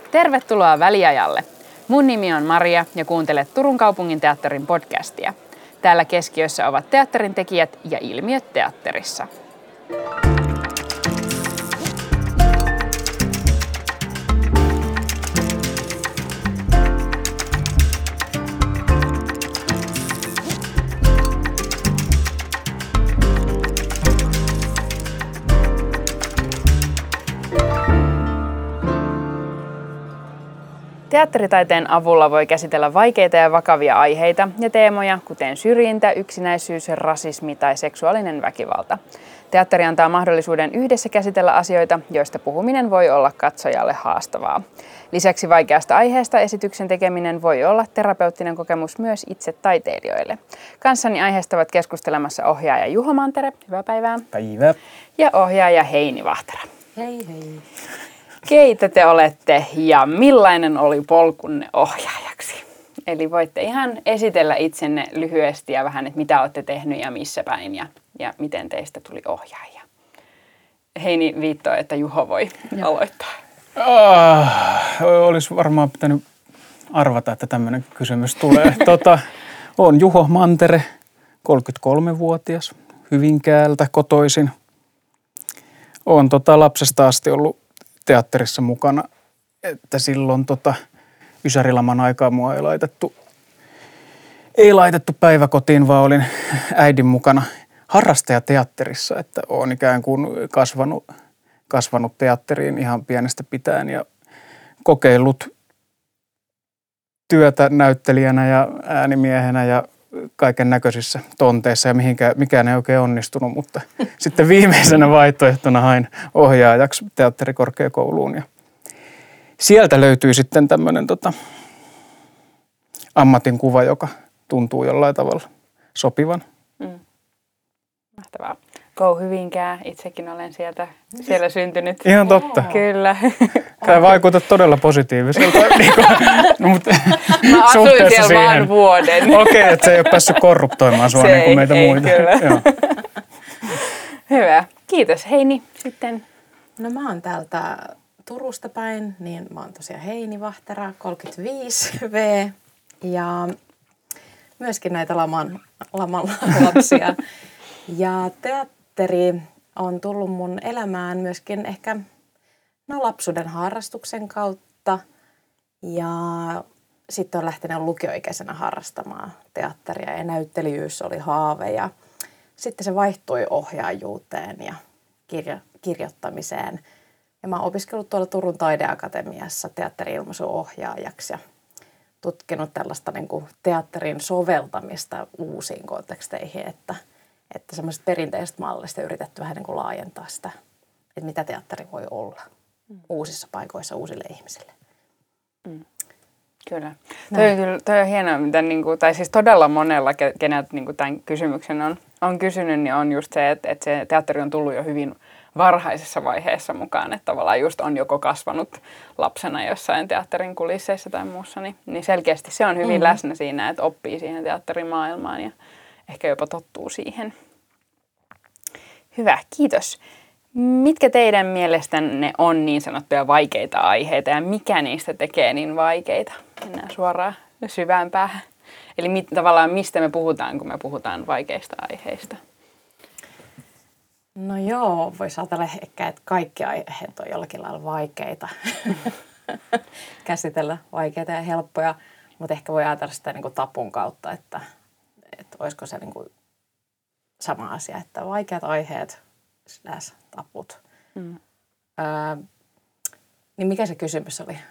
Tervetuloa Väliajalle. Mun nimi on Maria ja kuuntelet Turun kaupungin teatterin podcastia. Täällä keskiössä ovat teatterin tekijät ja ilmiöt teatterissa. Teatteritaiteen avulla voi käsitellä vaikeita ja vakavia aiheita ja teemoja, kuten syrjintä, yksinäisyys, rasismi tai seksuaalinen väkivalta. Teatteri antaa mahdollisuuden yhdessä käsitellä asioita, joista puhuminen voi olla katsojalle haastavaa. Lisäksi vaikeasta aiheesta esityksen tekeminen voi olla terapeuttinen kokemus myös itse taiteilijoille. Kanssani aiheesta ovat keskustelemassa ohjaaja Juho Mantere, hyvää päivää. Päivää. Ja ohjaaja Heini Vahtera. Hei hei. Keitä te olette ja millainen oli polkunne ohjaajaksi? Eli voitte ihan esitellä itsenne lyhyesti ja vähän, että mitä olette tehnyt ja missä päin ja miten teistä tuli ohjaaja. Heini viittoo, että Juho voi aloittaa. Olisi varmaan pitänyt arvata, että tämmöinen kysymys tulee. Olen Juho Mantere, 33-vuotias, Hyvinkäältä kotoisin. Olen lapsesta asti ollut teatterissa mukana, että silloin Ysärilaman aikaa mua ei laitettu päiväkotiin, vaan olin äidin mukana harrastajateatterissa, että olen ikään kuin kasvanut teatteriin ihan pienestä pitäen ja kokeillut työtä näyttelijänä ja äänimiehenä ja kaiken näköisissä tonteissa ja mikään ei oikein onnistunut, mutta sitten viimeisenä vaihtoehtona hain ohjaajaksi teatterikorkeakouluun ja sieltä löytyi sitten tämmöinen ammatinkuva, joka tuntuu jollain tavalla sopivan. Mahtavaa. Go Hyvinkää. Itsekin olen siellä syntynyt. Ihan totta. Kyllä. Tämä vaikuttaa todella positiiviselta. Mä asuin siellä vaan vuoden. Okei, että se ei ole päässyt korruptoimaan sua niin kuin meitä muita. Kyllä. Hyvä. Kiitos Heini sitten. No mä oon täältä Turusta päin, niin mä oon tosiaan Heini Vahtera, 35V. Ja myöskin näitä laman lapsia. Ja teatteri on tullut mun elämään myöskin ehkä lapsuuden harrastuksen kautta. Ja sitten on lähtenyt lukioikäisenä harrastamaan teatteria ja näyttelijyys oli haave. Ja sitten se vaihtui ohjaajuuteen ja kirjoittamiseen. Ja mä oon opiskellut tuolla Turun taideakatemiassa teatteri-ilmaisuohjaajaksi ja tutkinut tällaista niin kuin teatterin soveltamista uusiin konteksteihin, että semmoisesta perinteisestä mallista yritetty vähän niin kuin laajentaa sitä, että mitä teatteri voi olla uusissa paikoissa uusille ihmisille. Kyllä. Toi on hienoa, mitä, tai siis todella monella, keneltä tämän kysymyksen on kysynyt, niin on just se, että se teatteri on tullut jo hyvin varhaisessa vaiheessa mukaan, että tavallaan just on joko kasvanut lapsena jossain teatterin kulisseissa tai muussa, niin selkeästi se on hyvin läsnä siinä, että oppii siihen teatterimaailmaan ja ehkä jopa tottuu siihen. Hyvä, kiitos. Mitkä teidän mielestänne on niin sanottuja vaikeita aiheita ja mikä niistä tekee niin vaikeita? Mennään suoraan syvään päähän. Eli tavallaan mistä me puhutaan, kun me puhutaan vaikeista aiheista? No joo, voisi ajatella ehkä, että kaikki aiheet on jollakin lailla vaikeita. Käsitellä vaikeita ja helppoja, mutta ehkä voi ajatella sitä niin kuin tapun kautta, että olisiko se niin kuin sama asia, että vaikeat aiheet / taput. Niin mikä se kysymys oli?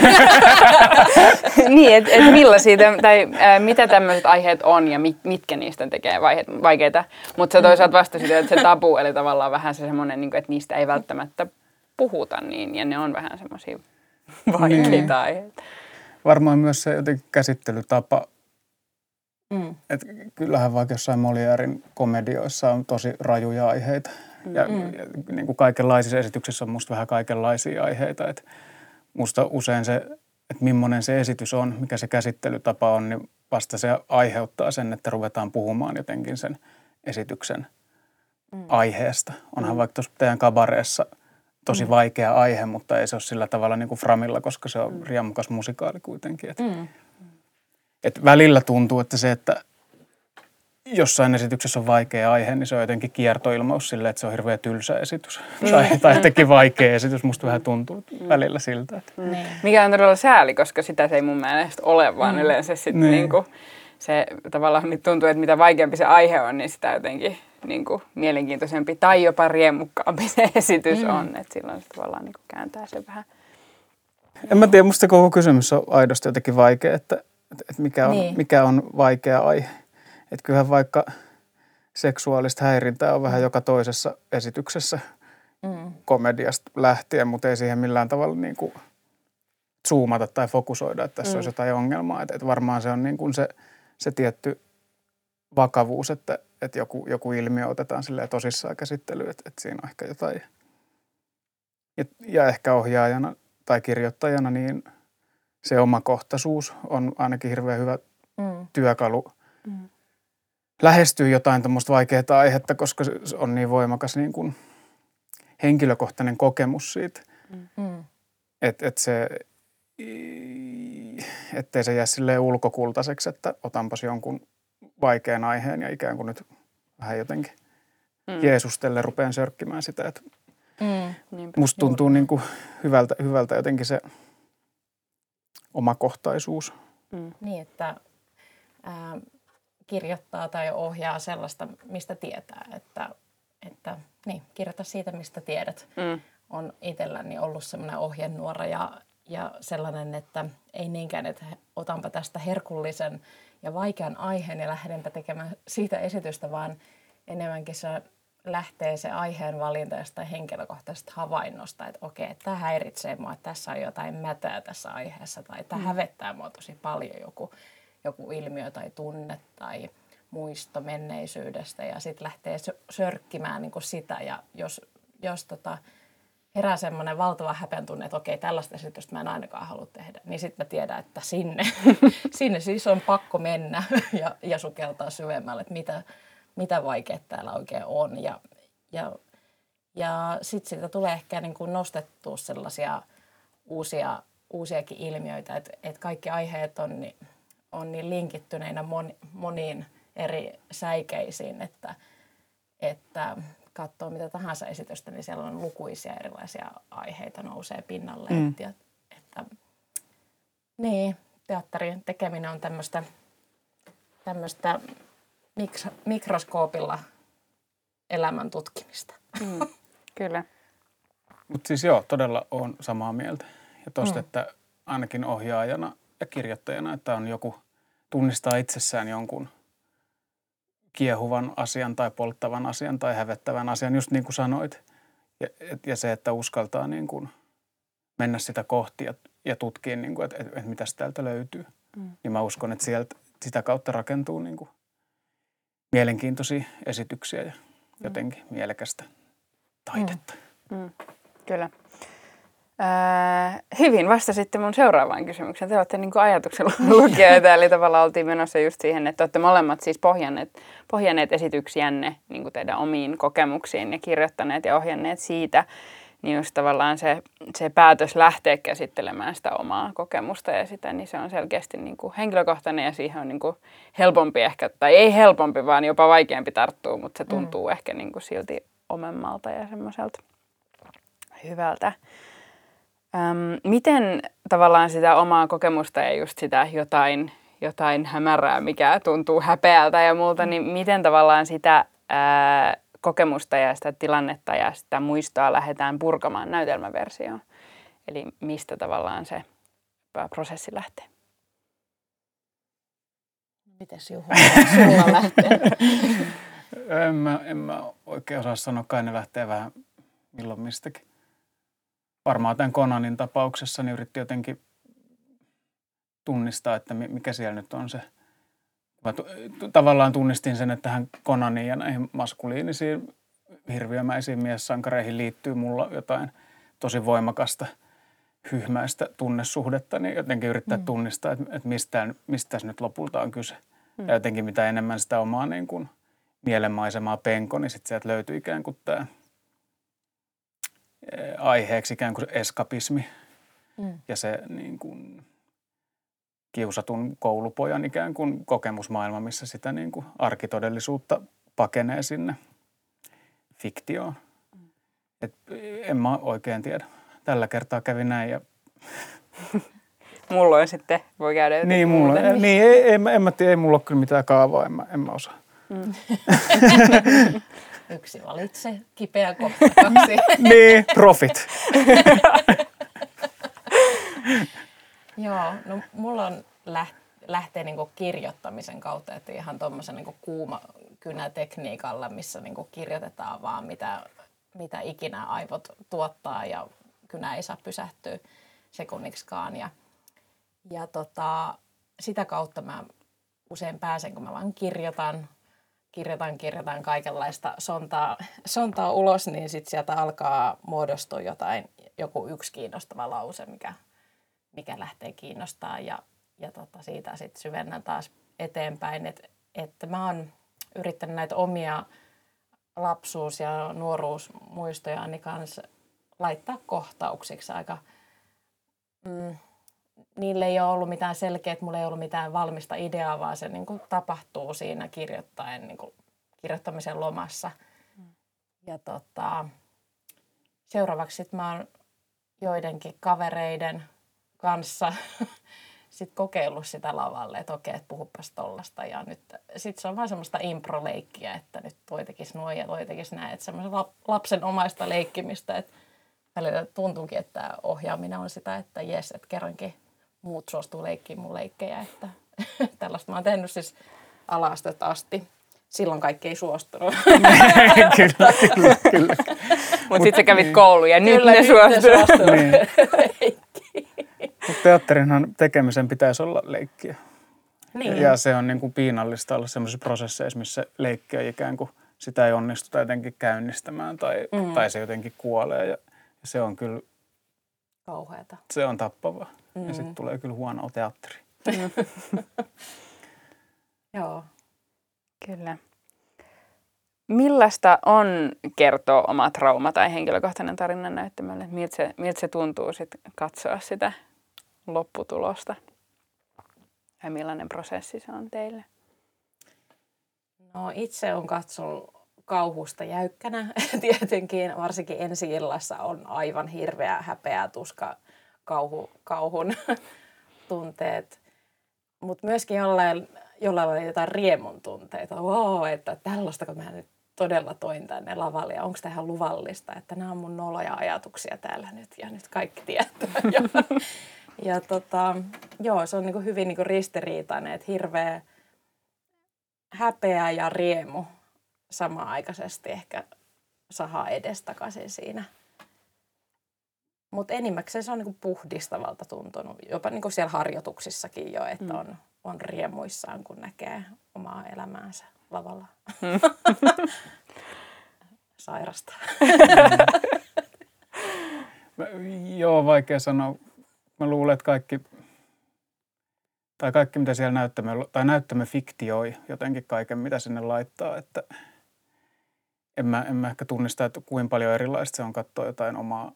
Niin, että millaisia, tai mitä tämmöiset aiheet on ja mitkä niistä tekee vaikeita. Mutta sä toisaalta vastasit, että se tabu, eli tavallaan vähän se semmoinen, että niistä ei välttämättä puhuta niin, ja ne on vähän semmoisia vaikeita aiheita. Varmaan myös se jotenkin käsittelytapa. Että kyllähän vaikka jossain Molièren komedioissa on tosi rajuja aiheita. Ja niin kuin kaikenlaisissa esityksissä on musta vähän kaikenlaisia aiheita. Että musta usein se, että millainen se esitys on, mikä se käsittelytapa on, niin vasta se aiheuttaa sen, että ruvetaan puhumaan jotenkin sen esityksen aiheesta. Onhan vaikka tuossa teidän kabareessa tosi vaikea aihe, mutta ei se ole sillä tavalla niin kuin Framilla, koska se on riemukas musikaali kuitenkin. Et välillä tuntuu, että se, että jossain esityksessä on vaikea aihe, niin se on jotenkin kiertoilmaus silleen, että se on hirveän tylsä esitys. Tai jotenkin vaikea esitys. Musta vähän tuntuu välillä siltä. Että. Mikä on todella sääli, koska sitä se ei mun mielestä ole, vaan yleensä sitten niinku, se tavallaan nyt tuntuu, että mitä vaikeampi se aihe on, niin sitä jotenkin niinku, mielenkiintoisempi tai jopa riemukkaampi se esitys on. Että silloin se tavallaan niinku, kääntää sen vähän. En mä tiedä, musta se koko kysymys on aidosti jotenkin vaikea, että mikä on vaikea aihe. Että kyllähän vaikka seksuaalista häirintää on vähän joka toisessa esityksessä komediasta lähtien, mutta ei siihen millään tavalla niin kuin zoomata tai fokusoida, että tässä olisi jotain ongelmaa. Että varmaan se on niin kuin se tietty vakavuus, että joku ilmiö otetaan silleen tosissaan käsittelyyn, että siinä on ehkä jotain. Ja ehkä ohjaajana tai kirjoittajana niin se omakohtaisuus on ainakin hirveän hyvä työkalu lähestyy jotain tämmöistä vaikeaa aihetta, koska se on niin voimakas niin kuin henkilökohtainen kokemus siitä. Ettei se jää silleen ulkokultaiseksi, että otanpas jonkun vaikean aiheen ja ikään kuin nyt vähän jotenkin Jeesustelle rupean sörkkimään sitä. Että musta tuntuu niin kuin hyvältä jotenkin se omakohtaisuus. Niin, että kirjoittaa tai ohjaa sellaista, mistä tietää, että kirjoita siitä, mistä tiedät. On itselläni ollut semmoinen ohjenuora ja sellainen, että ei niinkään, että otanpa tästä herkullisen ja vaikean aiheen ja lähdenpä tekemään siitä esitystä, vaan enemmänkin se lähtee se aiheen valinta jostain henkilökohtaisesta havainnosta, että okei, tämä häiritsee mua, että tässä on jotain mätää tässä aiheessa tai tämä hävettää mua tosi paljon joku ilmiö tai tunne tai muisto menneisyydestä ja sitten lähtee sörkkimään niin kuin sitä ja jos herää semmoinen valtava häpeän tunne, että okei, tällaista esitystä mä en ainakaan halua tehdä, niin sitten mä tiedän, että sinne siis on pakko mennä ja sukeltaa syvemmälle, että mitä vaikeaa täällä oikein on ja sitten siitä tulee ehkä niin kuin nostettua sellaisia uusiakin ilmiöitä, että kaikki aiheet on niin linkittyneinä moniin eri säikeisiin, että katsoo mitä tahansa esitystä, niin siellä on lukuisia erilaisia aiheita nousee pinnalle. Teatterin tekeminen on tämmöistä mikroskoopilla elämän tutkimista. Kyllä. Mutta siis joo, todella on samaa mieltä. Ja tosta, että ainakin ohjaajana ja kirjoittajana, että on joku tunnistaa itsessään jonkun kiehuvan asian tai polttavan asian tai hävettävän asian, just niin kuin sanoit. Ja se, että uskaltaa niin kuin mennä sitä kohti ja tutkia, niin kuin, että mitäs täältä löytyy. Niin mä uskon, että sitä kautta rakentuu niin kuin mielenkiintoisia esityksiä ja jotenkin mielekästä taidetta. Kyllä. Hyvin vastasitte mun seuraavaan kysymykseen. Te olette niin kuin ajatuksen lukijoita, eli tavallaan oltiin menossa just siihen, että olette molemmat siis pohjanneet esityksiänne niin kuin teidän omiin kokemuksiin ja kirjoittaneet ja ohjanneet siitä. Niin just tavallaan se päätös lähteä käsittelemään sitä omaa kokemusta ja sitä, niin se on selkeästi niin kuin henkilökohtainen ja siihen on niin kuin helpompi ehkä, tai ei helpompi, vaan jopa vaikeampi tarttua, mutta se tuntuu ehkä niin kuin silti omemmalta ja semmoiselta hyvältä. Miten tavallaan sitä omaa kokemusta ja just sitä jotain hämärää, mikä tuntuu häpeältä ja muulta, niin miten tavallaan sitä kokemusta ja sitä tilannetta ja sitä muistoa lähdetään purkamaan näytelmäversioon? Eli mistä tavallaan se prosessi lähtee? Mites Juho, sulla lähtee? En mä oikein osaa sanoa, kai ne lähtee vähän milloin mistäkin. Varmaan tämän Conanin tapauksessa niin yritti jotenkin tunnistaa, että mikä siellä nyt on se. Mä tavallaan tunnistin sen, että tähän Conaniin ja näihin maskuliinisiin hirviömäisiin miessankareihin liittyy mulla jotain tosi voimakasta hyhmäistä tunnesuhdetta, niin jotenkin yrittää tunnistaa, että mistä nyt lopulta on kyse. Ja jotenkin mitä enemmän sitä omaa niin kuin mielenmaisemaa penko, niin sitten sieltä löytyy ikään kuin tämä aiheeksi ikään kuin eskapismi ja se niin kuin kiusatun koulupojan ikään kuin kokemusmaailma, missä sitä niin kuin arkitodellisuutta pakenee sinne fiktioon. Et en mä oikein tiedä. Tällä kertaa kävi näin ja Mulla on sitten, voi käydä jotenkin niin, muuten. Niin, en mä tiedä, ei mulla ole kyllä mitään kaavaa, en mä osaa. Yksi valitse, kipeä kohta 2. Niin, profit. Joo, no mulla on lähtee niinku kirjoittamisen kautta, että ihan tuommoisen niinku kuumakynätekniikalla, missä niinku kirjoitetaan vaan mitä ikinä aivot tuottaa ja kynä ei saa pysähtyä sekunniksikaan. Ja sitä kautta mä usein pääsen, kun mä vaan kirjoitan kaikenlaista sontaa ulos, niin sitten sieltä alkaa muodostua joku yksi kiinnostava lause, mikä lähtee kiinnostaa ja siitä sitten syvennän taas eteenpäin. Että mä oon yrittänyt näitä omia lapsuus- ja nuoruusmuistojani kanssa laittaa kohtauksiksi aika. Niille ei ole ollut mitään selkeää, mulla ei ollut mitään valmista ideaa, vaan se niin kuin tapahtuu siinä kirjoittamisen lomassa. Ja seuraavaksi sit mä oon joidenkin kavereiden kanssa sit kokeillut sitä lavalle, että okei, että puhupas tollasta. Ja nyt sit se on vaan semmoista improleikkiä, että nyt toi tekisi noin ja toi tekisi näin. Että semmoisen lapsen omaista leikkimistä, että välillä tuntuukin, että ohjaaminen on sitä, että jes, että kerrankin muut suostuu leikkiin mun leikkejä. Että tällaista mä oon tehnyt siis ala-astetta asti. Silloin kaikki ei suostunut. Kyllä. Mutta sitten sä kävit kouluun ja nyt ne suostunut. Niin. Mutta teatterinhan tekemisen pitäisi olla leikkiä. Niin. Ja se on niin kuin piinallista olla sellaisissa prosesseissa, missä leikkiä ikään kuin sitä ei onnistuta jotenkin käynnistämään tai se jotenkin kuolee. Ja se on kyllä kauheata. Se on tappavaa. Ja sitten tulee kyllä huonoa teatteria. Joo. Kyllä. Millaista on kertoa oma trauma tai henkilökohtainen tarina näyttämölle? Miltä se tuntuu sit katsoa sitä lopputulosta? Ja millainen prosessi se on teille? No itse olen katsonut kauhusta jäykkänä. Tietenkin varsinkin ensi-illassa on aivan hirveä häpeä, tuska, kauhun tunteet. Mutta myöskin jollain lailla jotain riemun tunteita. Wow, että tällaistako mä nyt todella toin tänne lavalle ja onko tämä ihan luvallista, että nämä on mun noloja ajatuksia täällä nyt ja nyt kaikki tietää. Joo, se on niinku hyvin niinku ristiriitainen, että hirveä häpeä ja riemu samanaikaisesti ehkä sahaa edestakaisin siinä. Mutta enimmäkseen se on niinku puhdistavalta tuntunut, jopa niinku siellä harjoituksissakin jo, että on riemuissaan, kun näkee omaa elämäänsä lavalla. Sairasta. Joo, vaikea sanoa. Mä luulen, että kaikki mitä siellä näyttämö fiktioi jotenkin kaiken, mitä sinne laittaa. Että en mä ehkä tunnista, että kuinka paljon erilaista se on katsoa jotain omaa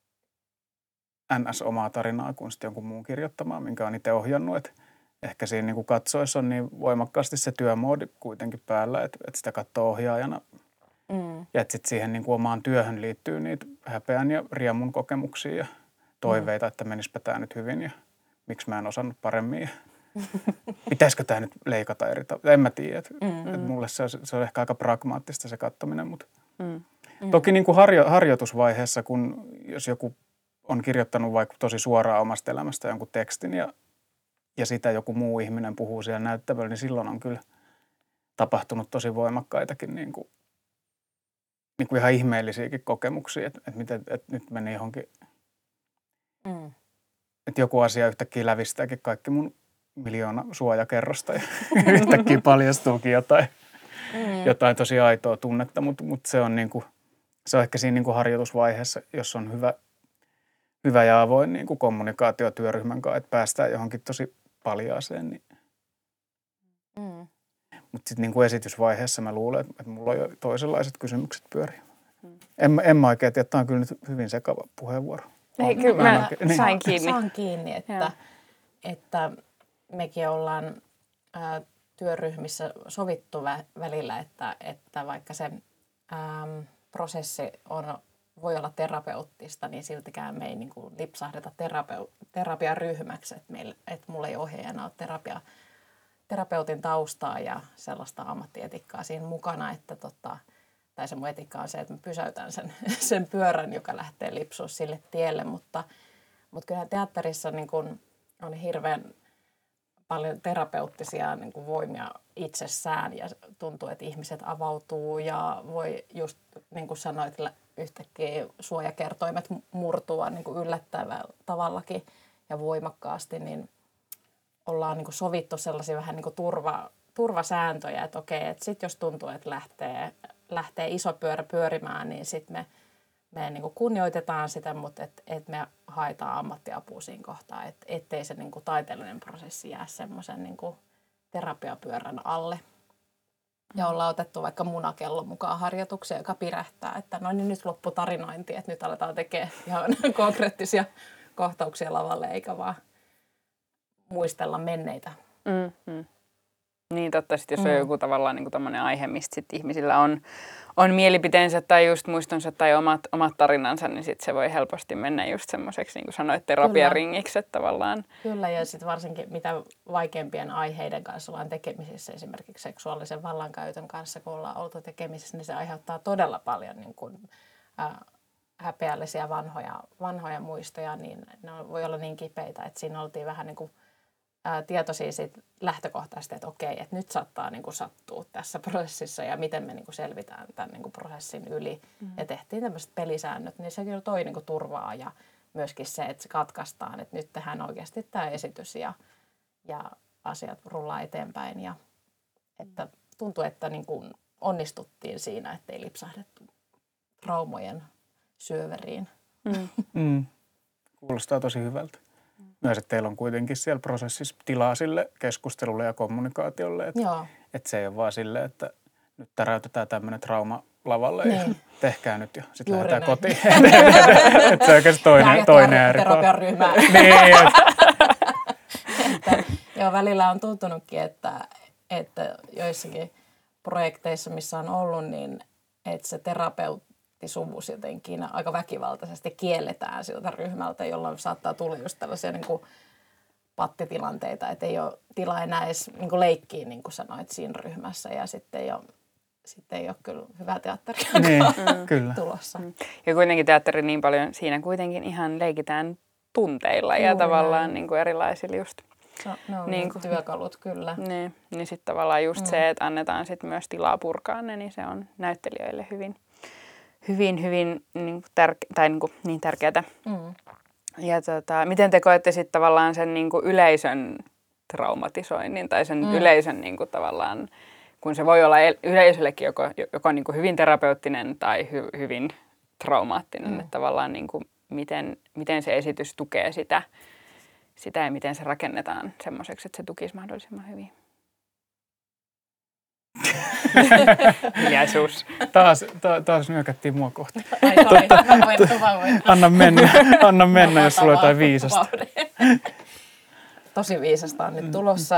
tarinaa kuin sitten jonkun muun kirjoittamaa, minkä on itse ohjannut. Et ehkä siinä niin kuin katsoessa on niin voimakkaasti se työmoodi kuitenkin päällä, että sitä katsoo ohjaajana. Ja että sitten siihen niin kuin omaan työhön liittyy niitä häpeän ja riemun kokemuksia ja toiveita, että menispä tämä nyt hyvin ja miksi mä en osannut paremmin. Ja pitäisikö tämä nyt leikata eri tavalla? En mä tiedä. Että mulle se on ehkä aika pragmaattista se katsominen. Mutta toki niin kuin harjoitusvaiheessa, kun jos joku on kirjoittanut vaikka tosi suoraan omasta elämästä jonkun tekstin ja sitä joku muu ihminen puhuu siellä näyttämällä, niin silloin on kyllä tapahtunut tosi voimakkaitakin niin kuin ihan ihmeellisiäkin kokemuksia, että nyt meni johonkin, että joku asia yhtäkkiä lävistääkin kaikki mun 1,000,000 suojakerrosta ja yhtäkkiä paljastuukin jotain tosi aitoa tunnetta, mutta se on ehkä siinä niin kuin harjoitusvaiheessa, jos on hyvä ja avoin niin kuin kommunikaatiotyöryhmän kanssa, että päästään johonkin tosi paljaaseen. Niin. Mutta sitten niin kuin esitysvaiheessa mä luulen, että mulla on jo toisenlaiset kysymykset pyörii. En mä oikein tiedä, tämä on kyllä nyt hyvin sekava puheenvuoro. Ei, kyllä mä sain kiinni. Saan kiinni, että mekin ollaan työryhmissä sovittu välillä, että vaikka se prosessi voi olla terapeuttista, niin siltikään me ei niin kuin lipsahdeta terapiaryhmäksi. Että mulla ei ohjaajana ole terapeutin taustaa ja sellaista ammattietiikkaa siinä mukana, että tai se mun etiikka on se, että mä pysäytän sen pyörän, joka lähtee lipsua sille tielle, mutta kyllähän teatterissa niin kun on hirveän paljon terapeuttisia niin kun voimia itsessään ja tuntuu, että ihmiset avautuu ja voi just niin kuin sanoit, yhtäkkiä suojakertoimet murtua niin kuin yllättävällä tavallakin ja voimakkaasti, niin ollaan niin kuin sovittu sellaisia vähän niin kuin turvasääntöjä, että okei, että sitten jos tuntuu, että lähtee iso pyörä pyörimään, niin sitten me niin kuin kunnioitetaan sitä, mutta et me haetaan ammattiapua siinä kohtaa, ettei se niin kuin taiteellinen prosessi jää semmoisen niin kuin terapiapyörän alle. Ja ollaan otettu vaikka munakellon mukaan harjoituksia, joka pirähtää, että no niin nyt loppu tarinointi, että nyt aletaan tekemään ihan konkreettisia kohtauksia lavalle, eikä vaan muistella menneitä. Mm-hmm. Niin totta, sit jos on joku tavallaan niin tommoinen aihe, mistä sit ihmisillä on mielipiteensä tai just muistonsa tai omat tarinansa, niin sit se voi helposti mennä just semmoiseksi, niin kuin sanoit, terapiaringiksi, että tavallaan. Kyllä, ja sitten varsinkin mitä vaikeampien aiheiden kanssa ollaan tekemisissä, esimerkiksi seksuaalisen vallankäytön kanssa, kun ollaan oltu tekemisissä, niin se aiheuttaa todella paljon niin kuin, häpeällisiä vanhoja muistoja, niin ne voi olla niin kipeitä, että siinä oltiin vähän niin kuin tietoisia siitä lähtökohtaisesti, että okei, että nyt saattaa niin kuin sattua tässä prosessissa ja miten me niin kuin selvitään tämän niin kuin prosessin yli. Ja tehtiin tämmöiset pelisäännöt, niin se kyllä toi niin kuin turvaa ja myöskin se, että se katkaistaan, että nyt tehdään oikeasti tämä esitys ja asiat rullaa eteenpäin. Ja että tuntuu, että niin kuin onnistuttiin siinä, ettei lipsahdettu traumojen syöveriin. Kuulostaa tosi hyvältä. Myös, että teillä on kuitenkin siellä prosessissa tilaa sille keskustelulle ja kommunikaatiolle. Että se ei ole vaan silleen, että nyt täräytetään tämmöinen trauma lavalle ja tehkää nyt ja sitten lähdetään kotiin. Että se on oikeasti toinen ääripää. Terapian ryhmää. Niin, joo, välillä on tuntunutkin, että joissakin projekteissa, missä on ollut, niin että se terapeuttisuus jotenkin aika väkivaltaisesti kielletään siltä ryhmältä, jolloin saattaa tulla just tällaisia niin kuin pattitilanteita, että ei ole tilaa enää edes niin kuin leikkiä, niin kuin sanoit, siinä ryhmässä ja sitten ei ole kyllä hyvää teatteria kyllä tulossa. Ja kuitenkin teatteri niin paljon, siinä kuitenkin ihan leikitään tunteilla ja tavallaan niin kuin erilaisilla just. Ne on niin työkalut, kyllä. Niin sitten tavallaan just se, että annetaan sit myös tilaa purkaa ne, niin se on näyttelijöille hyvin niin tärkeää. Ja miten te koette sitten tavallaan sen niin kuin yleisön traumatisoinnin tai sen yleisön niin kuin tavallaan, kun se voi olla yleisöllekin joko niin kuin hyvin terapeuttinen tai hyvin traumaattinen, että tavallaan niin kuin miten se esitys tukee sitä ja miten se rakennetaan semmoiseksi, että se tukisi mahdollisimman hyvin. Hiljaisuus. Taas nyökättiin mua kohti. Mä voin. Anna mennä, jos sulla on jotain viisasta. Tosi viisasta on nyt tulossa.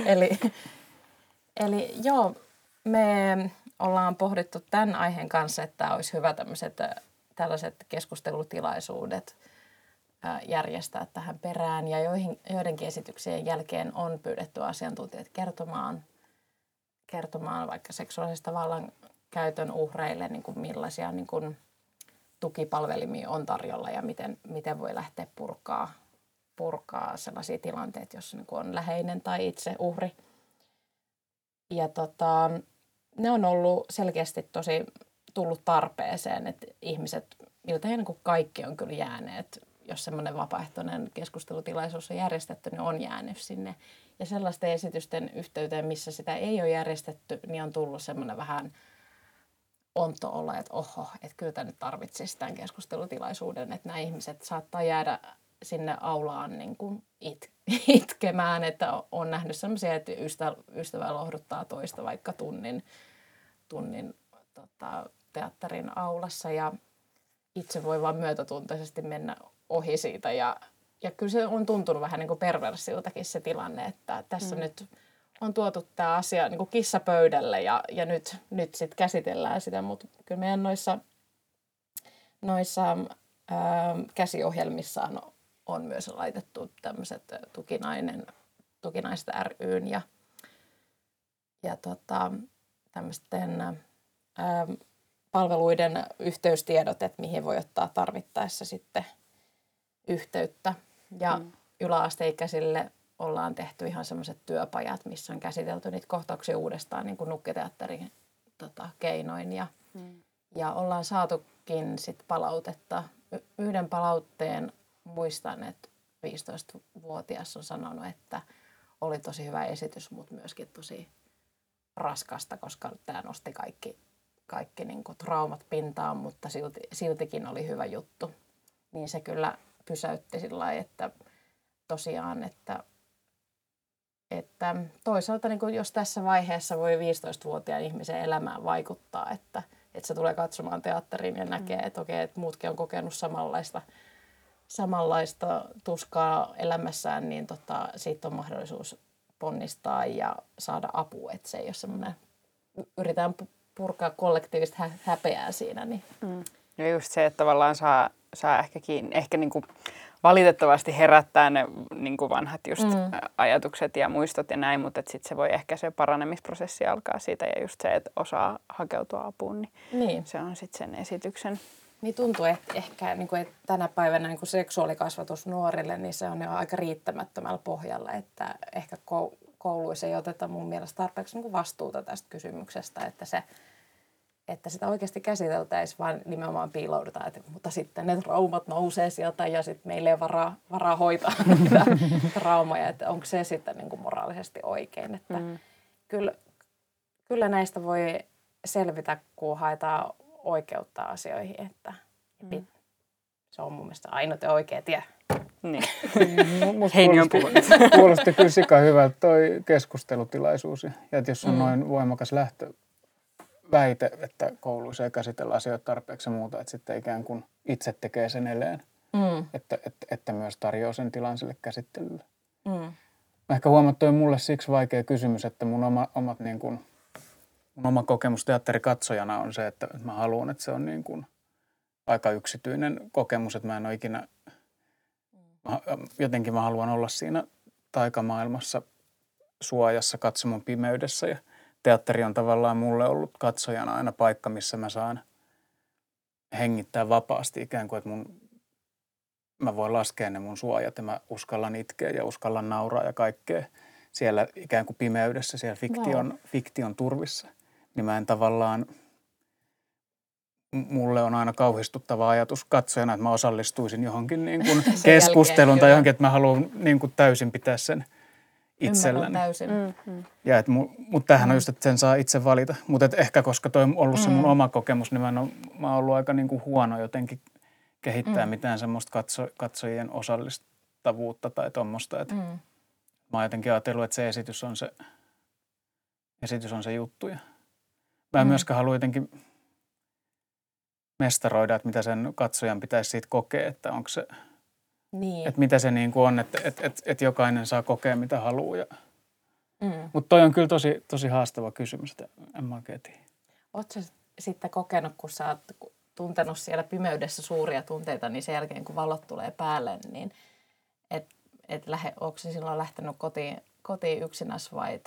Eli joo, me ollaan pohdittu tämän aiheen kanssa, että olisi hyvä tällaiset keskustelutilaisuudet järjestää tähän perään. Ja joidenkin esityksien jälkeen on pyydetty asiantuntijat kertomaan vaikka seksuaalisesta vallankäytön uhreille, niin kuin millaisia niin kuin tukipalvelimia on tarjolla ja miten voi lähteä purkaa sellaisia tilanteita, jossa niin kuin on läheinen tai itse uhri. Ja ne on ollut selkeästi tosi tullut tarpeeseen, että ihmiset, miltä niin kuin kaikki on kyllä jääneet, jos semmoinen vapaaehtoinen keskustelutilaisuus on järjestetty, niin on jäänyt sinne. Ja sellaisten esitysten yhteyteen, missä sitä ei ole järjestetty, niin on tullut semmoinen vähän onto olla, että että kyllä tämä nyt tarvitsisi tämän keskustelutilaisuuden, että nämä ihmiset saattaa jäädä sinne aulaan niin kuin itkemään, että on nähnyt semmoisia, että ystävä lohduttaa toista vaikka tunnin teatterin aulassa ja itse voi vaan myötätuntoisesti mennä ohi siitä. Ja kyllä se on tuntunut vähän niin kuin perversiltäkin se tilanne, että tässä nyt on tuotu tämä asia niin kuin kissapöydälle ja nyt sitten käsitellään sitä. Mutta kyllä meidän noissa käsiohjelmissaan on myös laitettu tämmöiset tukinaiset ry:n ja tämmöisten palveluiden yhteystiedot, että mihin voi ottaa tarvittaessa sitten yhteyttä. Ja yläasteikäisille ollaan tehty ihan semmoiset työpajat, missä on käsitelty niitä kohtauksia uudestaan niin kuin nukkiteatterin keinoin. Ja ollaan saatukin sit palautetta. Yhden palautteen muistan, että 15-vuotias on sanonut, että oli tosi hyvä esitys, mutta myöskin tosi raskasta, koska tämä nosti kaikki niin kuin traumat pintaan, mutta siltikin oli hyvä juttu. Niin se kyllä pysäytti sillä lailla, että tosiaan, että toisaalta niin kuin jos tässä vaiheessa voi 15-vuotiaan ihmisen elämään vaikuttaa, että se tulee katsomaan teatteriin ja näkee, että okei, että muutkin on kokenut samanlaista tuskaa elämässään, niin siitä on mahdollisuus ponnistaa ja saada apua, että se ei ole semmoinen, yritetään purkaa kollektiivista häpeää siinä. Niin. Ja just se, että tavallaan saa ehkä niin kuin valitettavasti herättää ne niin kuin vanhat just ajatukset ja muistot ja näin, mutta sitten se voi ehkä se paranemisprosessi alkaa siitä ja just se, että osaa hakeutua apuun, niin. Se on sitten sen esityksen. Niin tuntuu, että ehkä niin kuin, että tänä päivänä niin kuin seksuaalikasvatus nuorille, niin se on jo aika riittämättömällä pohjalla, että ehkä kouluissa ei oteta mun mielestä tarpeeksi niin kuin vastuuta tästä kysymyksestä, että sitä oikeasti käsiteltäisiin, vaan nimenomaan piiloudutaan, mutta sitten ne traumat nousee sieltä ja sitten meillä ei ole varaa hoitaa niitä traumoja, että onko se sitten niin kuin moraalisesti oikein. Että kyllä näistä voi selvitä, kun haetaan oikeutta asioihin, että se on mun mielestä ainoa oikea tie. Niin. Heini on puhunut. Kuulosti kyllä sika hyvältä toi keskustelutilaisuus ja että jos on noin voimakas väite, että kouluissa ei käsitellä asioita tarpeeksi ja muuta, että sitten ikään kuin itse tekee sen eleen, että myös tarjoaa sen tilan sille käsittelylle. Mä ehkä huomaan, että toi on mulle siksi vaikea kysymys, että mun oma kokemus teatterikatsojana on se, että mä haluan, että se on niin kuin aika yksityinen kokemus, että mä en ole ikinä, jotenkin mä haluan olla siinä taikamaailmassa suojassa katsomon pimeydessä ja teatteri on tavallaan mulle ollut katsojana aina paikka, missä mä saan hengittää vapaasti ikään kuin, että mä voin laskea ne mun suojat ja mä uskallan itkeä ja uskallan nauraa ja kaikkea siellä ikään kuin pimeydessä, siellä fiktion turvissa. Niin mä en tavallaan, mulle on aina kauhistuttava ajatus katsojana, että mä osallistuisin johonkin niin kuin keskusteluun tai johonkin, että mä haluan niin kuin täysin pitää sen itselläni. Ja mutta tämähän on just, että sen saa itse valita. Mutta ehkä koska toi on ollut se mun oma kokemus, niin mä oon ollut aika niin kuin huono jotenkin kehittää mitään semmoista katsojien osallistavuutta tai tommoista. Että mä oon jotenkin ajatellut, että se esitys on se juttu. Ja mä en myöskään halua jotenkin mestaroida, että mitä sen katsojan pitäisi siitä kokea, että onko se... Niin. Että mitä se niin kuin on, että jokainen saa kokea mitä haluaa. Mutta toi on kyllä tosi haastava kysymys, että en mä oikein tiedä. Ootko sitten kokenut, kun sä oot tuntenut siellä suuria tunteita, niin sen jälkeen kun valot tulee päälle, niin onko se silloin lähtenyt kotiin yksinäs vai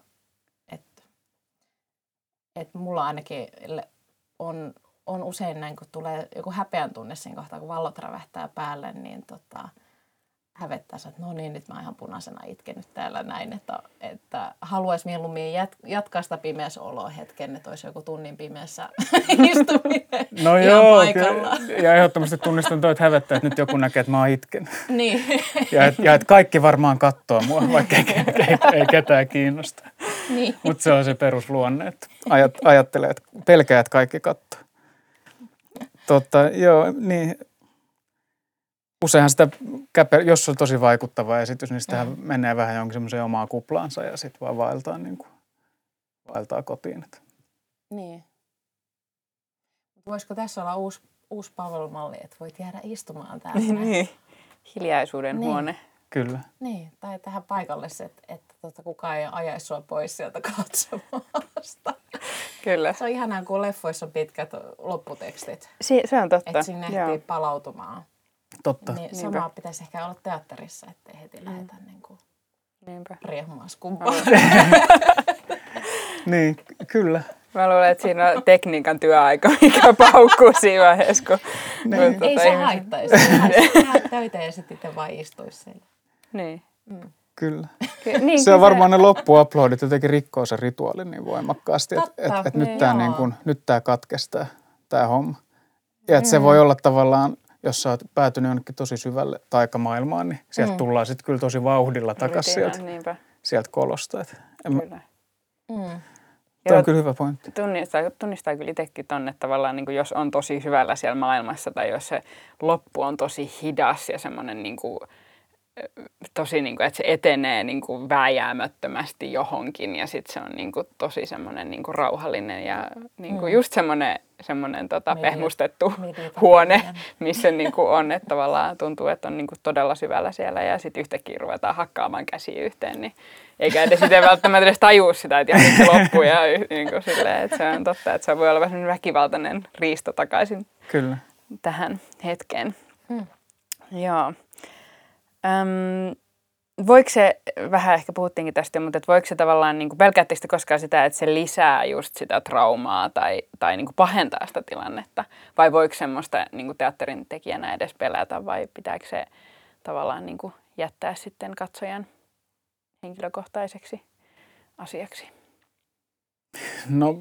että mulla ainakin on usein näin, kun tulee joku häpeän tunne siinä kohtaa, kun vallot rävähtää päälle, niin hävettää, että no niin, nyt mä oon ihan punaisena itkenyt täällä näin, että haluaisi mieluummin jatkaa sitä pimeässä oloa hetken, että olisi joku tunnin pimeässä istuminen no ihan joo, paikallaan. Ja ehdottomasti tunnistan toi, että hävettää, että nyt joku näkee, että mä oon itken. Niin. Ja että kaikki varmaan katsoo mua, vaikka ei ketään kiinnosta. Niin. Mutta se on se perusluonne, että ajattelee, että pelkää, että kaikki katsoo. Joo, niin... Useinhan sitä, jos on tosi vaikuttava esitys, niin sitähän menee vähän jonkin semmoiseen omaan kuplaansa ja sitten vaan vaeltaa kotiin. Niin. Voisiko tässä olla uusi palvelumalli, että voit jäädä istumaan täällä? Niin. Hiljaisuuden huone. Kyllä. Niin, tai tähän paikalle se, että kukaan ei ajaisi sua pois sieltä katsomasta. Kyllä. Se on ihanaa, kun leffoissa on pitkät lopputekstit. Se on totta. Että sinne ehtii palautumaan. Totta. Niin samaa pitäisi ehkä olla teatterissa, ettei heti lähdetä riehumaan skumpaan. Niin, kyllä. Mä luulen, että siinä on tekniikan työaika, mikä paukkuu siinä vaiheessa. Kun, niin. Ei se haittaisi. Tehdä töitä ja sitten itse vaan istuisi siellä. Niin. Kyllä. Niin, se on varmaan ne loppuuploadit jotenkin rikkoo sen rituaalin niin voimakkaasti, että nyt tää katkesi tää homma. Ja että se voi olla tavallaan, jos sä oot päätynyt jonnekin tosi syvälle taikamaailmaan, niin sieltä tullaan sitten kyllä tosi vauhdilla takaisin sieltä kolosta. Kyllä. Tämä on kyllä hyvä pointti. Tunnistaa kyllä itsekin tuonne, että tavallaan niin kuin jos on tosi syvällä siellä maailmassa tai jos se loppu on tosi hidas ja semmoinen niin kuin, tosi, niin kuin, että se etenee niin kuin vääjäämättömästi johonkin ja sitten se on niin kuin, tosi semmoinen niin kuin rauhallinen ja niin kuin, just semmoinen pehmustettu huone, missä niin kuin on, että tavallaan tuntuu, että on niin kuin todella syvällä siellä ja sitten yhtäkkiä ruvetaan hakkaamaan käsiä yhteen, niin eikä edes sitten välttämättä edes tajua sitä, että se loppuu ja niin kuin silleen, että se on totta, että se voi olla vähän väkivaltainen riisto takaisin Kyllä. tähän hetkeen. Joo. Voiko se, vähän ehkä puhuttiinkin tästä, mutta voiko se tavallaan, niin pelkäättekö sitä koskaan sitä, että se lisää just sitä traumaa tai niin pahentaa sitä tilannetta? Vai voiko semmoista niin teatterin tekijänä edes pelätä vai pitääkö se tavallaan niin jättää sitten katsojan henkilökohtaiseksi asiaksi? No,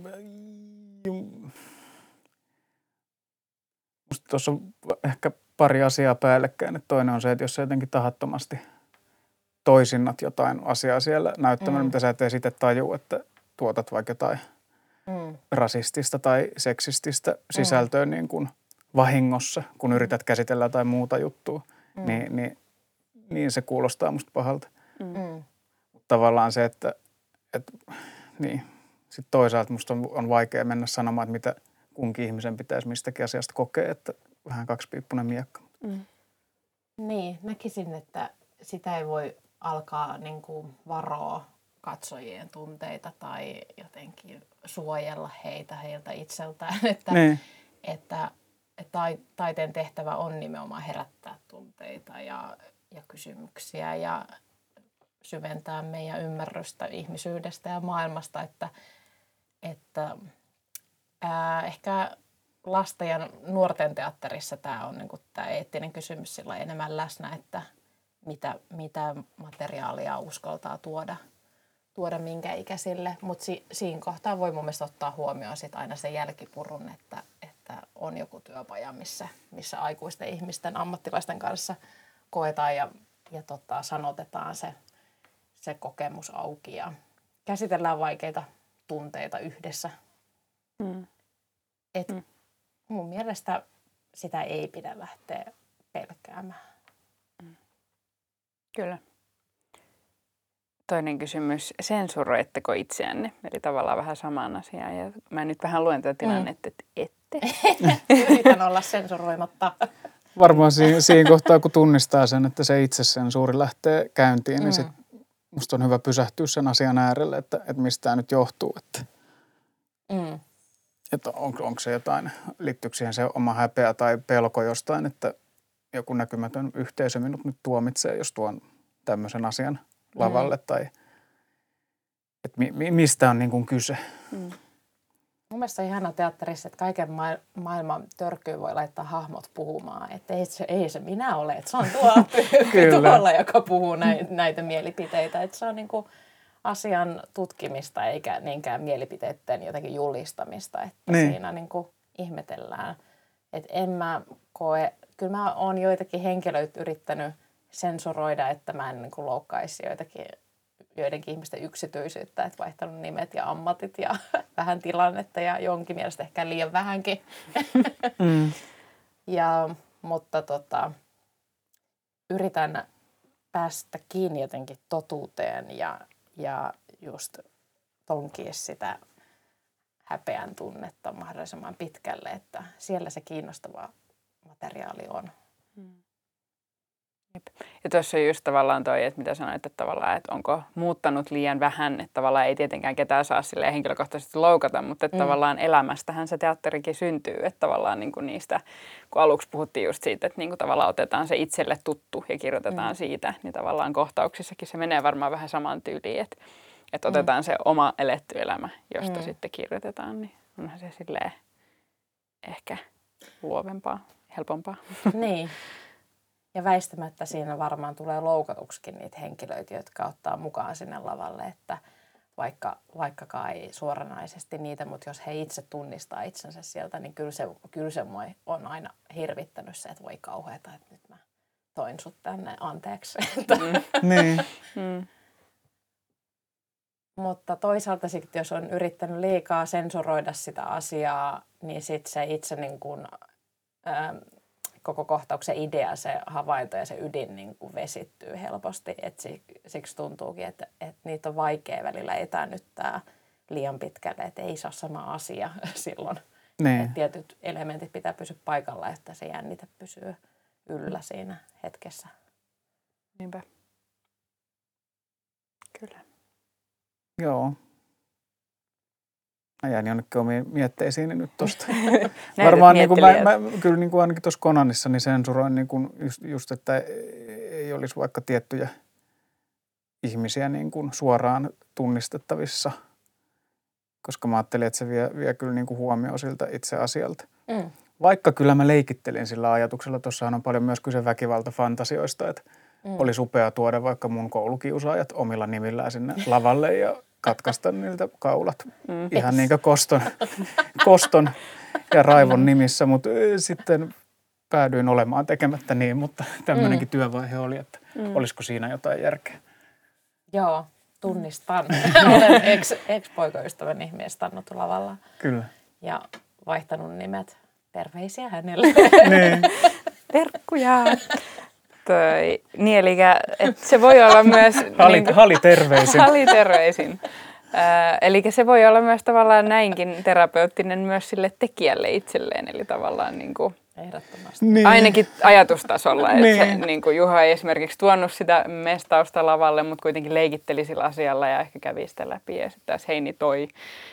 musta tuossa on ehkä pari asiaa päällekkäin. Että toinen on se, että jos sä jotenkin tahattomasti toisinnat jotain asiaa siellä näyttämällä, mitä sä et edes itse tajua, että tuotat vaikka jotain rasistista tai seksististä sisältöä niin kuin vahingossa, kun yrität käsitellä jotain muuta juttua, niin se kuulostaa musta pahalta. Tavallaan se, että niin. Sitten toisaalta musta on vaikea mennä sanomaan, että mitä kunkin ihmisen pitäisi mistäkin asiasta kokea, että vähän kaksipiippunen miekka. Niin, näkisin, että sitä ei voi alkaa niin kuin varoa katsojien tunteita tai jotenkin suojella heiltä itseltään. Että taiteen tehtävä on nimenomaan herättää tunteita ja kysymyksiä ja syventää meidän ymmärrystä ihmisyydestä ja maailmasta, että ehkä lasten ja nuorten teatterissa tämä on niin tämä eettinen kysymys sillä enemmän läsnä, että mitä materiaalia uskaltaa tuoda minkä ikäisille. Mutta siinä kohtaa voi mun mielestä ottaa huomioon sit aina sen jälkipurun, että on joku työpaja, missä aikuisten ihmisten, ammattilaisten kanssa koetaan ja sanotetaan se kokemus auki ja käsitellään vaikeita tunteita yhdessä. Mun mielestä sitä ei pidä lähteä pelkäämään. Kyllä. Toinen kysymys, sensuroitteko itseänne? Eli tavallaan vähän samaan asiaan. Ja mä nyt vähän luen tätä tilannetta, että ette. Yritän olla sensuroimatta. Varmaan siinä kohtaa, kun tunnistaa sen, että se itsesensuuri lähtee käyntiin, niin sit musta on hyvä pysähtyä sen asian äärelle, että mistä tämä nyt johtuu. Että onko se jotain, liittyykö siihen se oma häpeä tai pelko jostain, että joku näkymätön yhteisö minut nyt tuomitsee, jos tuon tämmöisen asian lavalle tai että mistä on niin kuin kyse. Mun mielestä on ihana teatterissa, että kaiken maailman törkyyn voi laittaa hahmot puhumaan. Että ei se minä ole, että se on tuo tuolla, joka puhuu näitä mielipiteitä. Että se on niin kuin asian tutkimista eikä niinkään mielipiteiden jotenkin julistamista. Että siinä niin kuin ihmetellään. Että en mä koe, kyllä mä oon joitakin henkilöitä yrittänyt sensuroida, että mä en niin kuin loukkaisi joidenkin ihmisten yksityisyyttä, että vaihtanut nimet ja ammatit ja vähän tilannetta ja jonkin mielestä ehkä liian vähänkin. Mutta yritän päästä kiinni jotenkin totuuteen ja just tonkia sitä häpeän tunnetta mahdollisimman pitkälle, että siellä se kiinnostava materiaali on. Ja tuossa on just tavallaan toi, että mitä sanoit, että tavallaan, että onko muuttanut liian vähän, että tavallaan ei tietenkään ketään saa silleen henkilökohtaisesti loukata, mutta että tavallaan elämästähän se teatterikin syntyy, että tavallaan niin kuin niistä, kun aluksi puhuttiin just siitä, että niin kuin tavallaan otetaan se itselle tuttu ja kirjoitetaan siitä, niin tavallaan kohtauksissakin se menee varmaan vähän samaan tyyliin, että otetaan se oma eletty elämä, josta sitten kirjoitetaan, niin onhan se silleen ehkä luovempaa, helpompaa. Niin. Ja väistämättä siinä varmaan tulee loukatuksikin niitä henkilöitä, jotka ottaa mukaan sinne lavalle, että vaikkakaan ei suoranaisesti niitä, mutta jos he itse tunnistaa itsensä sieltä, niin kyllä se on aina hirvittänyt se, että voi kauheata, että nyt mä toin sut tänne anteeksi. Niin. Mutta toisaalta sitten, jos on yrittänyt liikaa sensuroida sitä asiaa, niin sitten se itse niin kuin, koko kohtauksen idea, se havainto ja se ydin niin kuin vesittyy helposti. Et siksi tuntuukin, että niitä on vaikea välillä etäännyttää liian pitkälle, että ei se ole sama asia silloin. Niin. Että tietyt elementit pitää pysyä paikalla, että se jännite pysyy yllä siinä hetkessä. Niinpä. Kyllä. Joo. Mä jäin jonnekin omiin mietteisiin nyt tosta. Varmaan niin kuin kyllä niin kuin ainakin tuossa Conanissa niin sensuroin niin kuin just, että ei olisi vaikka tiettyjä ihmisiä niin kuin suoraan tunnistettavissa. Koska mä ajattelin, että se vie kyllä niin kuin huomioon siltä itse asialta. Vaikka kyllä mä leikittelin sillä ajatuksella, tuossahan on paljon myös kyse väkivaltafantasioista, että olisi upea tuoda vaikka mun koulukiusaajat omilla nimillään sinne lavalle ja katkaista niiltä kaulat ihan niin kuin koston ja raivon nimissä, mutta sitten päädyin olemaan tekemättä niin, mutta tämmöinenkin työvaihe oli, että olisiko siinä jotain järkeä. Joo, tunnistan. Olen ex-poikaystäväni mies tannut lavalla. Kyllä. Ja vaihtanut nimet. Terveisiä hänelle. Niin. Terkkuja. Niin, eli että se voi olla myös... Haliterveisin. Haliterveisin. Eli se voi olla myös tavallaan näinkin terapeuttinen myös sille tekijälle itselleen, eli tavallaan niin kuin, ehdottomasti. Niin. Ainakin ajatustasolla, että niin. se, niin kuin Juha ei esimerkiksi tuonut sitä mestausta lavalle, mutta kuitenkin leikitteli sillä asialla ja ehkä kävi sitä läpi ja sitten taas Heini toi.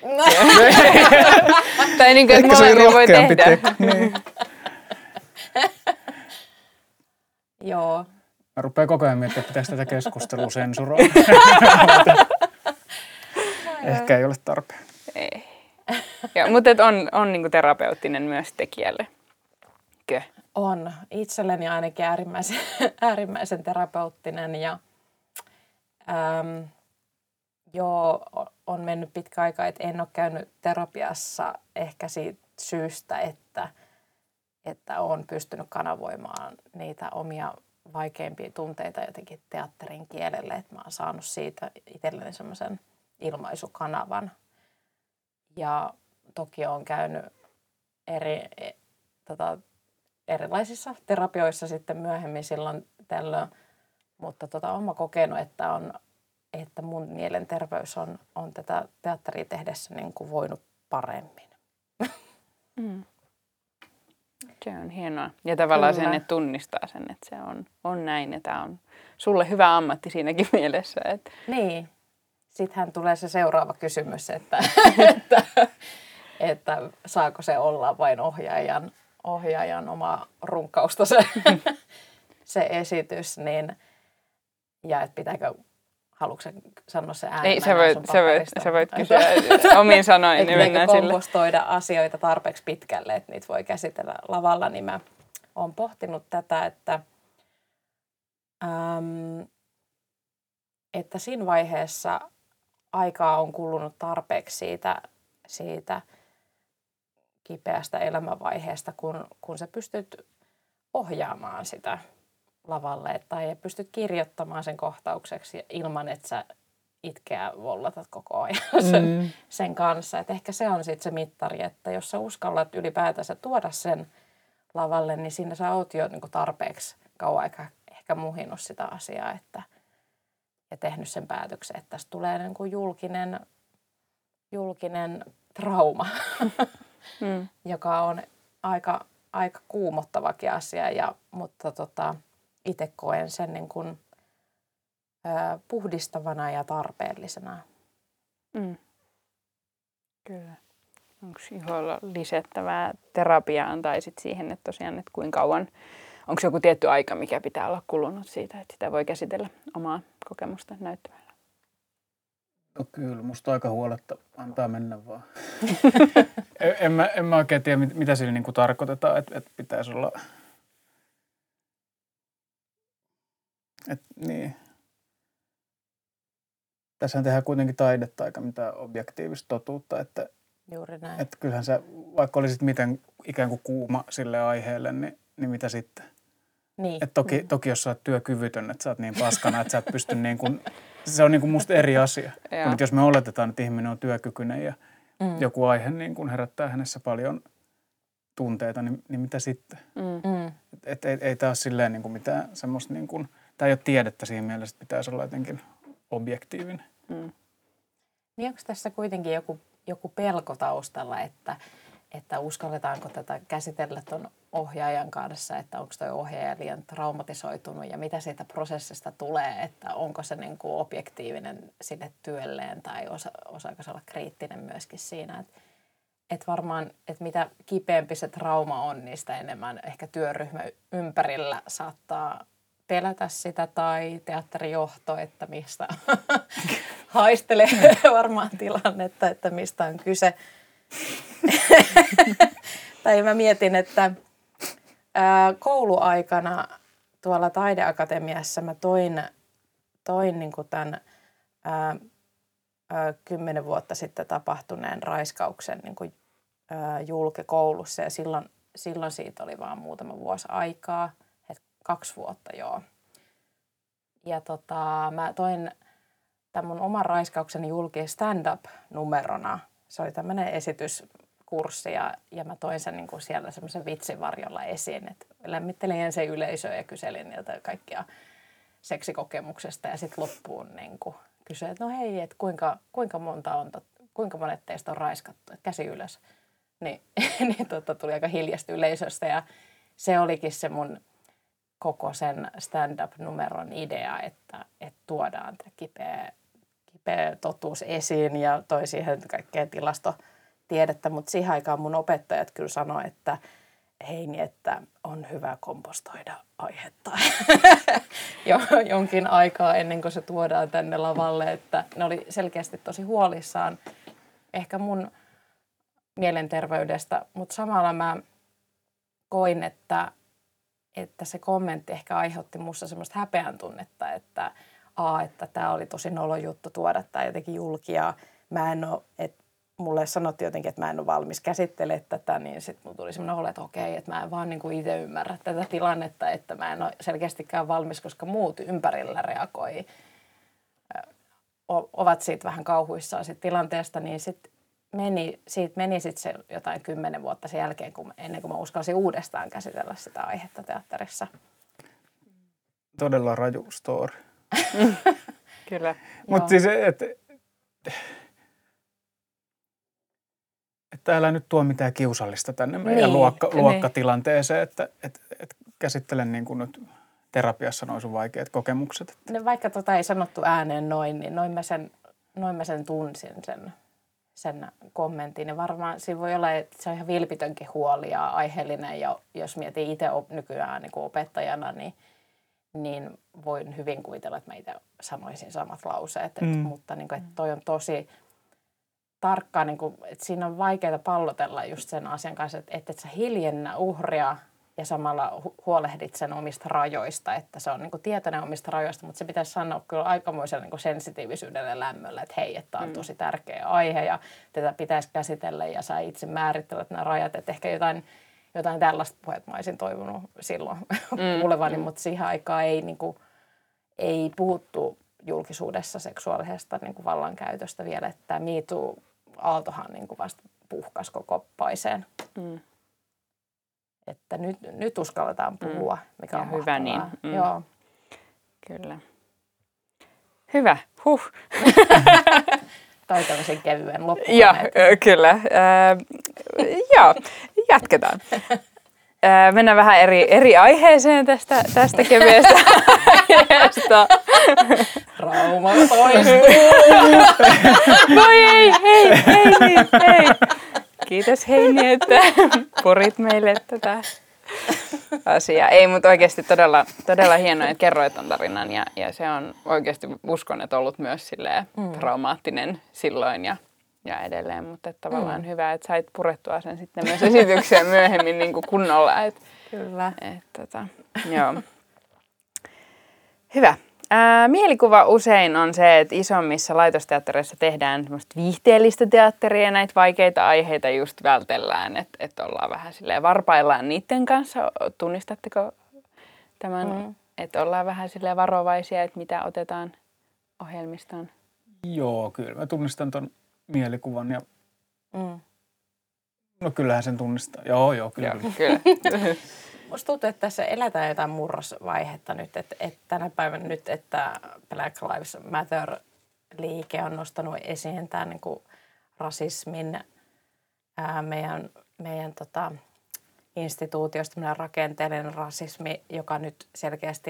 Tai niin kuin, että molemmilla voi tehdä. Niin. Joo. Mä rupean koko ajan miettimään, että pitäisi tätä keskustelua sensuroida. Ehkä ei ole tarpeen. Ei. Mutta on niinku terapeuttinen myös tekijälle. Kö? On. Itselleni ainakin äärimmäisen terapeuttinen. Ja, joo, on mennyt pitkä aika, että en ole käynyt terapiassa ehkä siitä syystä, että olen pystynyt kanavoimaan niitä omia vaikeimpia tunteita jotenkin teatterin kielelle, että mä oon saanut siitä itselleni semmoisen ilmaisukanavan. Ja toki olen käynyt erilaisissa terapioissa sitten myöhemmin silloin tällöin, mutta olen mä kokenut, että mun mielenterveys on tätä teatteria tehdessä niin kuin voinut paremmin. Se on hienoa. Ja tavallaan sen, että tunnistaa sen, että se on näin ja tämä on sulle hyvä ammatti siinäkin mielessä. Että... Niin. Sittenhän tulee se seuraava kysymys, että saako se olla vain ohjaajan oma runkkausta se esitys, niin, ja että pitääkö, haluatko sanoa se ääneen? Ei, sä voit kysyä omiin sanoin. Että pitääkö kompostoida asioita tarpeeksi pitkälle, että niitä voi käsitellä lavalla, niin mä oon pohtinut tätä, että siinä vaiheessa aikaa on kulunut tarpeeksi siitä kipeästä elämänvaiheesta, kun sä pystyt ohjaamaan sitä lavalle tai pystyt kirjoittamaan sen kohtaukseksi ilman, että sä itkeä vollatat koko ajan sen kanssa. Et ehkä se on sitten se mittari, että jos sä uskallat ylipäätänsä tuoda sen lavalle, niin siinä sä oot jo niin kuin tarpeeksi kauan ehkä muhinut sitä asiaa, ja tehnyt sen päätöksen, että tästä tulee niin kuin julkinen trauma, joka on aika kuumottavakin asia, mutta itse koen sen niin kuin, puhdistavana ja tarpeellisena. Kyllä. Onko Juholla lisättävää terapiaan tai sit siihen, että tosiaan, että kuinka kauan, onko joku tietty aika, mikä pitää olla kulunut siitä, että sitä voi käsitellä omaa kokemusta näyttämällä? No kyllä, musta aika huoletta. Antaa mennä vaan. en mä oikein tiedä, mitä sillä niinku tarkoitetaan, että pitäisi olla. Niin. Tässähän tehdään kuitenkin taidetta eikä mitään objektiivista totuutta, että Juuri näin. Että kyllähän sä, vaikka olisit miten ikään kuin kuuma sille aiheelle, niin mitä sitten? Niin. Että toki jos sä oot työkyvytön, että sä oot niin paskana, että sä et pysty niin kuin, se on niin kuin musta eri asia. Mutta jos me oletetaan, että ihminen on työkykyinen ja joku aihe niin kuin herättää hänessä paljon tunteita, niin mitä sitten? Ei tää ole silleen niin kuin mitään semmoista, niin kuin, tää ei ole tiedettä siinä mielessä, että pitäisi olla jotenkin objektiivinen. Niin onko tässä kuitenkin joku pelko taustalla, että uskalletaanko tätä käsitellä tuon ohjaajan kanssa, että onko tuo ohjaaja liian traumatisoitunut ja mitä siitä prosessista tulee, että onko se niin kuin objektiivinen sille työlleen tai osaako se olla kriittinen myöskin siinä, että varmaan, että mitä kipeämpi se trauma on, niin sitä enemmän ehkä työryhmä ympärillä saattaa pelätä sitä tai teatterijohto, että mistä haistelee varmaan tilannetta, että mistä on kyse. Tai mä mietin, että kouluaikana tuolla taideakatemiassa mä toin niin kuin tämän 10 vuotta sitten tapahtuneen raiskauksen niin kuin, julki koulussa ja silloin siitä oli vaan muutama vuosi aikaa. 2 vuotta, joo. Ja mä toin tämän mun oman raiskaukseni julki stand-up-numerona. Se oli tämmöinen esityskurssi ja mä toin sen niin kuin siellä semmoisen vitsin varjolla esiin. Et lämmittelin ensin yleisöä ja kyselin niiltä kaikkia seksikokemuksesta ja sitten loppuun niin kuin kysyin, että no hei, että kuinka monet teistä on raiskattu, että käsi ylös. Niin tuli aika hiljasta yleisöstä ja se olikin se mun koko sen stand-up-numeron idea, että tuodaan tämä kipeä totuus esiin ja toi siihen kaikkea tilastotiedettä, mutta siihen aikaan mun opettajat kyllä sanoi, että Heini, että on hyvä kompostoida aihetta jonkin aikaa ennen kuin se tuodaan tänne lavalle, että ne oli selkeästi tosi huolissaan ehkä mun mielenterveydestä, mutta samalla mä koin, että se kommentti ehkä aiheutti musta semmoista häpeän tunnetta, että tämä oli tosi nolo juttu tuoda tämä jotenkin julki ja mä en ole, että mulle sanottiin jotenkin, että mä en ole valmis käsittelemään tätä, niin sitten mulla tuli semmoinen olo, että okei, että mä en vaan niin kuin itse ymmärrä tätä tilannetta, että mä en ole selkeästikään valmis, koska muut ympärillä reagoi, ovat siitä vähän kauhuissaan siitä tilanteesta, niin sitten meni se jotain 10 vuotta sen jälkeen, ennen kuin mä uskalsin uudestaan käsitellä sitä aihetta teatterissa. Todella raju story. Kyllä. Mutta siis, että älä nyt tuo mitään kiusallista tänne meidän luokkatilanteeseen, että käsittelen niin kuin nyt terapiassa noin sun vaikeat kokemukset. No, vaikka ei sanottu ääneen noin, niin noin mä sen tunsin sen kommentin. Ja varmaan siinä voi olla, että se on ihan vilpitönkin huoli ja aiheellinen. Ja jos mietin itse nykyään niin kuin opettajana, niin voin hyvin kuvitella, että mä itse sanoisin samat lauseet. Mutta niin kuin, että toi on tosi tarkkaa, niin kuin, että siinä on vaikeaa pallotella just sen asian kanssa, että et sä hiljennä uhria ja samalla huolehdit sen omista rajoista, että se on niin kuin tietoinen omista rajoista, mutta se pitäisi sanoa kyllä aikamoisella niin kuin sensitiivisyydellä ja lämmöllä, että hei, että tämä on tosi tärkeä aihe ja tätä pitäisi käsitellä ja sä itse määrittelet nämä rajat, että ehkä jotain tällaista puhetta mä olisin toivonut silloin kuulevani, mutta siihen aikaan ei puhuttu julkisuudessa seksuaalisesta niin kuin vallankäytöstä vielä, että tämä Me Too-aaltohan niin kuin vasta puhkasi koko paiseen. Että nyt uskalletaan puhua, mikä on hyvä niin. Joo. Kyllä. Hyvä. Tai tämmöisen kevyen Joo, loppukaneetin. kyllä. Joo, jatketaan. Mennään vähän eri aiheeseen tästä kevyestä aiheesta. Rauma toistuu. Voi ei. Kiitos Heini, että purit meille tätä asiaa. Ei, mutta oikeasti todella hienoa, että kerroit ton tarinan ja se on oikeasti, uskon, että ollut myös silleen traumaattinen silloin ja edelleen, mutta tavallaan hyvä, että sait purettua sen sitten myös esitykseen myöhemmin niin kuin kunnolla. Kyllä. Joo. Hyvä. Mielikuva usein on se, että isommissa laitosteattereissa tehdään semmoista viihteellistä teatteria ja näitä vaikeita aiheita just vältellään, että ollaan vähän silleen varpaillaan niiden kanssa. Tunnistatteko tämän, että ollaan vähän silleen varovaisia, että mitä otetaan ohjelmistoon? Joo, kyllä mä tunnistan ton mielikuvan ja no kyllähän sen tunnistaa. Joo, kyllä. Musta tuntuu, että tässä eletään jotain murrosvaihetta nyt, että tänä päivänä nyt, että Black Lives Matter-liike on nostanut esiin tämän niin kuin rasismin meidän instituutiosta, rakenteellinen rasismi, joka nyt selkeästi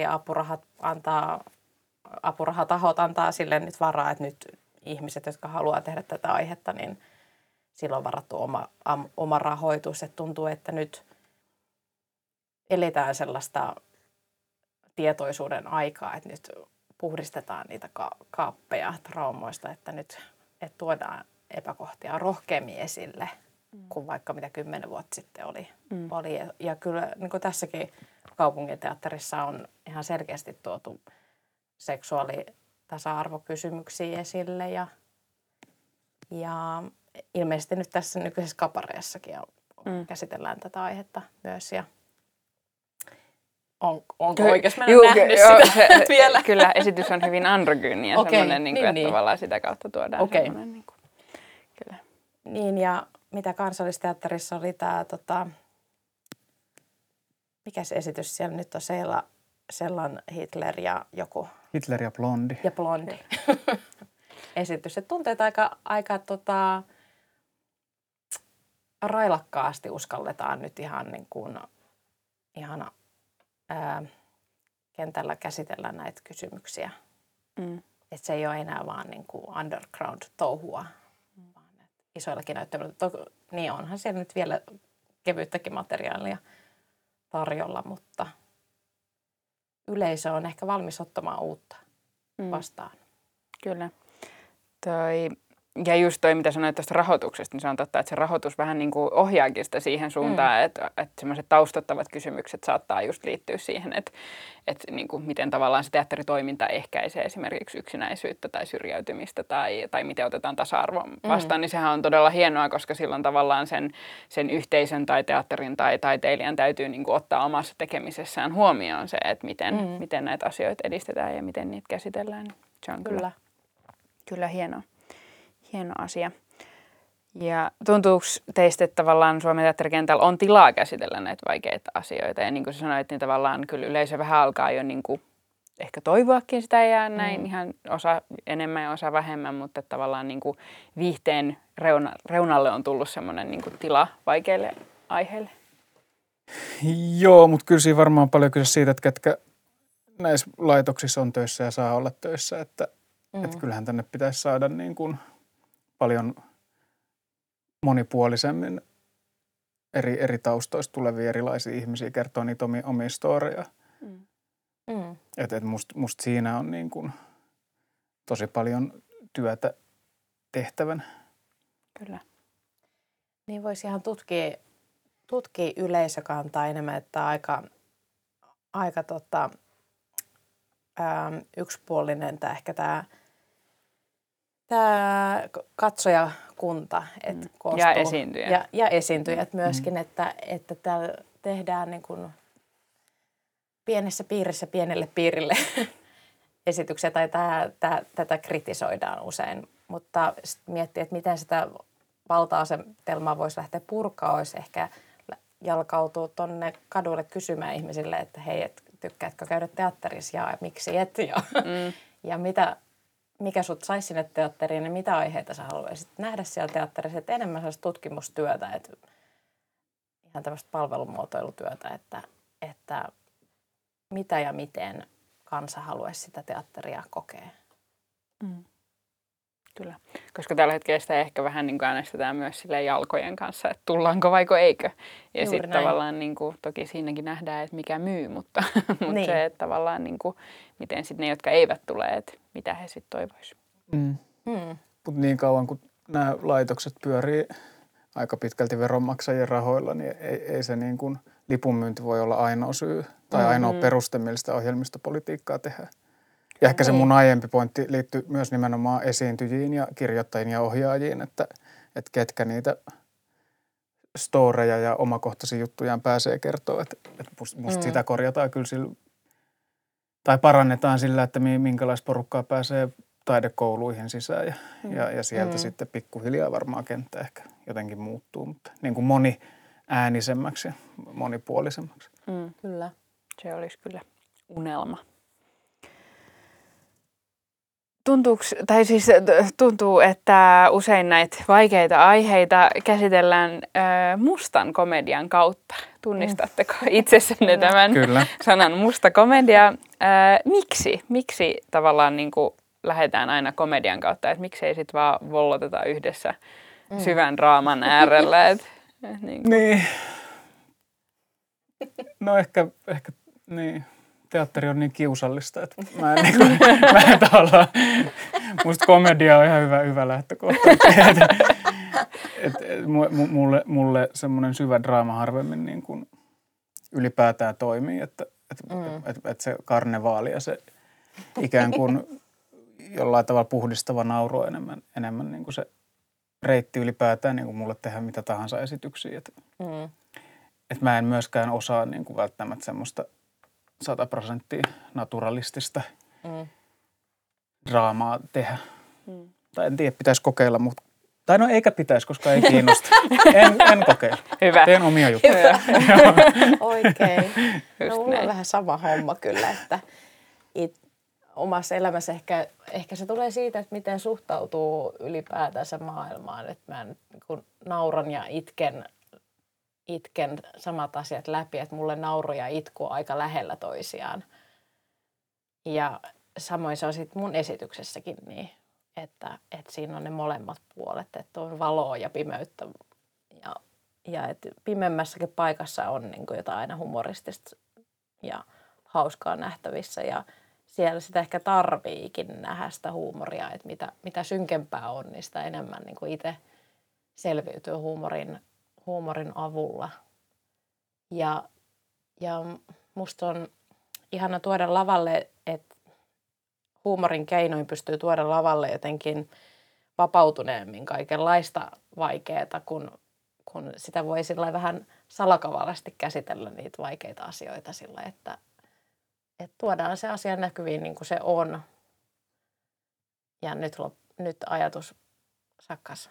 apurahatahot antaa sille nyt varaa, että nyt ihmiset, jotka haluaa tehdä tätä aihetta, niin silloin on varattu oma rahoitus. Että tuntuu, että nyt eletään sellaista tietoisuuden aikaa, että nyt puhdistetaan niitä kaappeja traumoista, että nyt tuodaan epäkohtia rohkeammin esille kuin vaikka mitä 10 vuotta sitten oli. Ja kyllä niin kuin tässäkin kaupunginteatterissa on ihan selkeästi tuotu seksuaalitasa-arvokysymyksiä esille ja ilmeisesti nyt tässä nykyisessä kabareessakin käsitellään tätä aihetta myös ja onko oikeasti nähnyt sitä vielä? Kyllä, esitys on hyvin androgyyni ja semmoinen, että tavallaan sitä kautta tuodaan semmoinen. Kyllä. Niin, ja mitä Kansallisteatterissa oli tämä, mikä se esitys siellä nyt on, Sellan Hitler ja joku? Hitler ja Blondi. Ja Blondi. Esitys. Et tuntuu, että aika railakkaasti uskalletaan nyt ihan niin kuin kentällä käsitellä näitä kysymyksiä. Että se ei ole enää vaan niin kuin underground-touhua, vaan isoillakin näyttämillä. Niin onhan siellä nyt vielä kevyyttäkin materiaalia tarjolla, mutta yleisö on ehkä valmis ottamaan uutta vastaan. Kyllä. Ja just toi, mitä sanoit tuosta rahoituksesta, niin se on totta, että se rahoitus vähän niin kuin ohjaakin sitä siihen suuntaan, että semmoiset taustattavat kysymykset saattaa just liittyä siihen, että niin kuin miten tavallaan se teatteritoiminta ehkäisee esimerkiksi yksinäisyyttä tai syrjäytymistä tai miten otetaan tasa-arvon vastaan, niin sehän on todella hienoa, koska silloin tavallaan sen yhteisön tai teatterin tai taiteilijan täytyy niin kuin ottaa omassa tekemisessään huomioon se, että miten näitä asioita edistetään ja miten niitä käsitellään. Se on kyllä hienoa asia. Ja tuntuuko teistä, että tavallaan Suomen teatterikentällä on tilaa käsitellä näitä vaikeita asioita? Ja niin kuin sä sanoit, niin tavallaan kyllä yleisö vähän alkaa jo niin kuin ehkä toivoakin sitä ja näin ihan osa enemmän ja osa vähemmän, mutta tavallaan niin kuin viihteen reunalle on tullut semmoinen niin kuin tila vaikeille aiheille. Joo, mutta kyllä siinä varmaan paljon kyse siitä, että ketkä näissä laitoksissa on töissä ja saa olla töissä, että kyllähän tänne pitäisi saada niin kuin paljon monipuolisemmin eri taustoista tulevia erilaisia ihmisiä kertoo niitä omia storya. Että musta siinä on niin kuin tosi paljon työtä tehtävänä. Kyllä. Niin voisi ihan tutkia yleisökantaa enemmän, että aika yksipuolinen ehkä tämä katsojakunta koostuu. Ja esiintyjät. Ja esiintyjät myöskin, että täällä tehdään niin kuin pienessä piirissä pienelle piirille esityksiä tai tätä kritisoidaan usein. Mutta miettii, että miten sitä valta-asetelmaa voisi lähteä purkaa, olisi ehkä jalkautua tuonne kaduille kysymään ihmisille, että hei, tykkäätkö käydä teatterissa ja miksi et ja mitä mikä sut saisi sinne teatteriin ja mitä aiheita sä haluaisit nähdä siellä teatterissa, että enemmän sellaista tutkimustyötä, että ihan tämmöistä palvelumuotoilutyötä, että mitä ja miten kansa haluaisi sitä teatteria kokea. Kyllä, koska tällä hetkellä sitä ehkä vähän niin kuin äänestetään myös silleen jalkojen kanssa, että tullaanko vaiko eikö. Ja sitten tavallaan niin kuin, toki siinäkin nähdään, että mikä myy, mutta niin. Se, että tavallaan niin kuin, miten sitten ne, jotka eivät tule, että mitä he sitten toivoisivat. Mutta niin kauan kun nämä laitokset pyörii aika pitkälti veronmaksajien rahoilla, niin ei se niin kuin lipunmyynti voi olla ainoa syy tai ainoa peruste, millä sitä ohjelmistopolitiikkaa tehdään. Ja ehkä se mun aiempi pointti liittyy myös nimenomaan esiintyjiin ja kirjoittajiin ja ohjaajiin, että ketkä niitä storeja ja omakohtaisia juttujaan pääsee kertoa. Että musta sitä korjataan kyllä sillä, tai parannetaan sillä, että minkälaista porukkaa pääsee taidekouluihin sisään ja sieltä sitten pikkuhiljaa varmaan kenttä ehkä jotenkin muuttuu, mutta niin kuin moniäänisemmäksi ja monipuolisemmaksi. Kyllä. Se olisi kyllä unelma. Tuntuu, että usein näitä vaikeita aiheita käsitellään mustan komedian kautta. Tunnistatteko itsessänne tämän sanan musta komedia? Miksi tavallaan niin kuin lähdetään aina komedian kautta? Et miksei sitten vaan volloteta yhdessä syvän draaman äärellä? Niin. No ehkä niin. Teatteri on niin kiusallista, että mä en tavallaan, musta komedia on ihan hyvä lähtökohta. Mulle semmoinen syvä draama harvemmin niin kuin ylipäätään toimii, että se karnevaali ja se ikään kuin jollain tavalla puhdistava nauru on enemmän niin kuin se reitti ylipäätään niin kuin mulle tehdä mitä tahansa esityksiä. Että mä en myöskään osaa niin kuin välttämättä semmoista 100% naturalistista draamaa tehdä. Tai en tiedä, pitäisi kokeilla, mutta tai no eikä pitäisi, koska ei kiinnosta. En kokeilla. Hyvä. Teen omia juttuja. Oikein. No mulla on vähän sama homma kyllä, että omassa elämässä ehkä se tulee siitä, että miten suhtautuu ylipäätänsä maailmaan. Että mä kun nauran ja itken samat asiat läpi, että mulle nauru ja itku on aika lähellä toisiaan. Ja samoin se on sitten mun esityksessäkin niin, että siinä on ne molemmat puolet, että on valoa ja pimeyttä. Ja että pimemmässäkin paikassa on niin kuin jotain aina humoristista ja hauskaa nähtävissä. Ja siellä sitä ehkä tarviikin nähdä sitä huumoria, että mitä synkempää on, niin sitä enemmän niin kuin itse selviytyy huumorin avulla. Ja musta on ihana tuoda lavalle, että huumorin keinoin pystyy tuoda lavalle jotenkin vapautuneemmin kaikenlaista vaikeaa, kun sitä voi sillä vähän salakavalasti käsitellä niitä vaikeita asioita sillä, että tuodaan se asia näkyviin niin kuin se on. Ja nyt ajatus sakkas.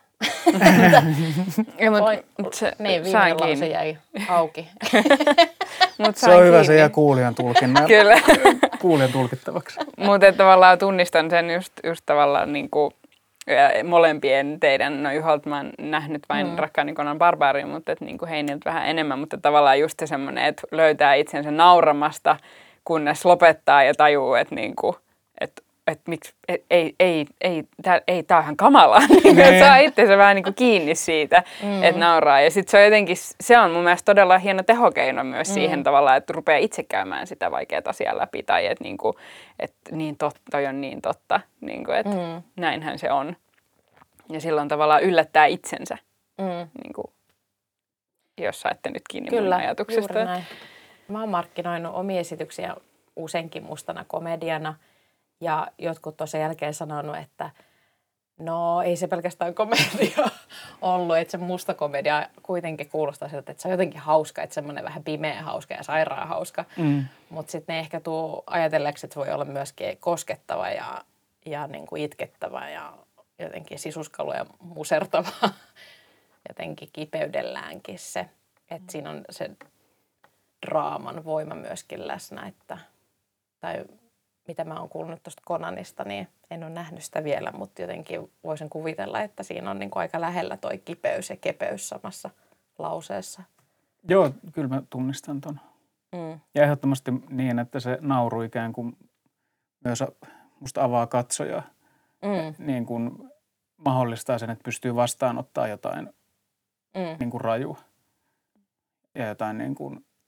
Viimeinen lause jäi auki. Se on hyvä, se jää kuulijan tulkittavaksi. Mutta tavallaan tunnistan sen just tavallaan niin kuin molempien teidän, no Juholta mä oon nähnyt vain Rakkaan Ikonan Barbaarin, mutta niin kuin Heiniltä vähän enemmän, mutta tavallaan just se semmoinen, että löytää itsensä nauramasta, kunnes lopettaa ja tajuu, että niinku, että miksi, ei, tää on ihan kamalaa. Niin, saa itsensä vähän niinku kiinni siitä, että nauraa. Ja sitten se on jotenkin, se on mun mielestä todella hieno tehokeino myös siihen tavallaan, että rupeaa itse käymään sitä vaikeaa asiaa läpi. Tai että niinku, toi on niin totta, niinku, että näinhän se on. Ja silloin tavallaan yllättää itsensä, niinku, jos saatte nyt kiinni mun ajatuksesta. Kyllä, juuri näin. Mä oon markkinoinut omia esityksiä useinkin mustana komediana. Ja jotkut on sen jälkeen sanonut, että no ei se pelkästään komedia ollut, että se musta komedia kuitenkin kuulostaa siltä, että se on jotenkin hauska, että semmoinen vähän pimeä hauska ja sairaan hauska. Mutta sitten ne ehkä tuu ajatelleeksi, että se voi olla myöskin koskettava ja niin kuin itkettävä ja jotenkin sisuskalu ja musertava. Jotenkin kipeydelläänkin se, että siinä on se draaman voima myöskin läsnä, tai mitä mä oon kuullut tuosta Conanista, niin en ole nähnyt sitä vielä, mutta jotenkin voisin kuvitella, että siinä on niin kuin aika lähellä toi kipeys ja kepeys samassa lauseessa. Joo, kyllä mä tunnistan ton. Ja ehdottomasti niin, että se nauru ikään kuin myös musta avaa katsojaa. Niin kuin mahdollistaa sen, että pystyy vastaanottaa jotain niin kuin rajua ja jotain niin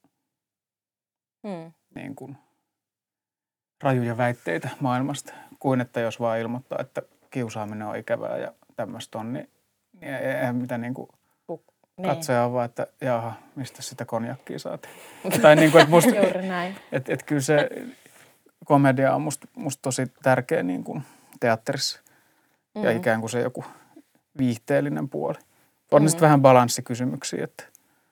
kuin rajuja väitteitä maailmasta, kuin että jos vaan ilmoittaa, että kiusaaminen on ikävää ja tämmöistä on, niin eihän mitä niin kuin katsoja on vaan, että jaha, mistä sitä konjakkia saatiin. Tai niin kuin, että musta, juuri näin. Että kyllä se komedia on musta tosi tärkeä niin kuin teatterissa ja ikään kuin se joku viihteellinen puoli. On sitten vähän balanssikysymyksiä, että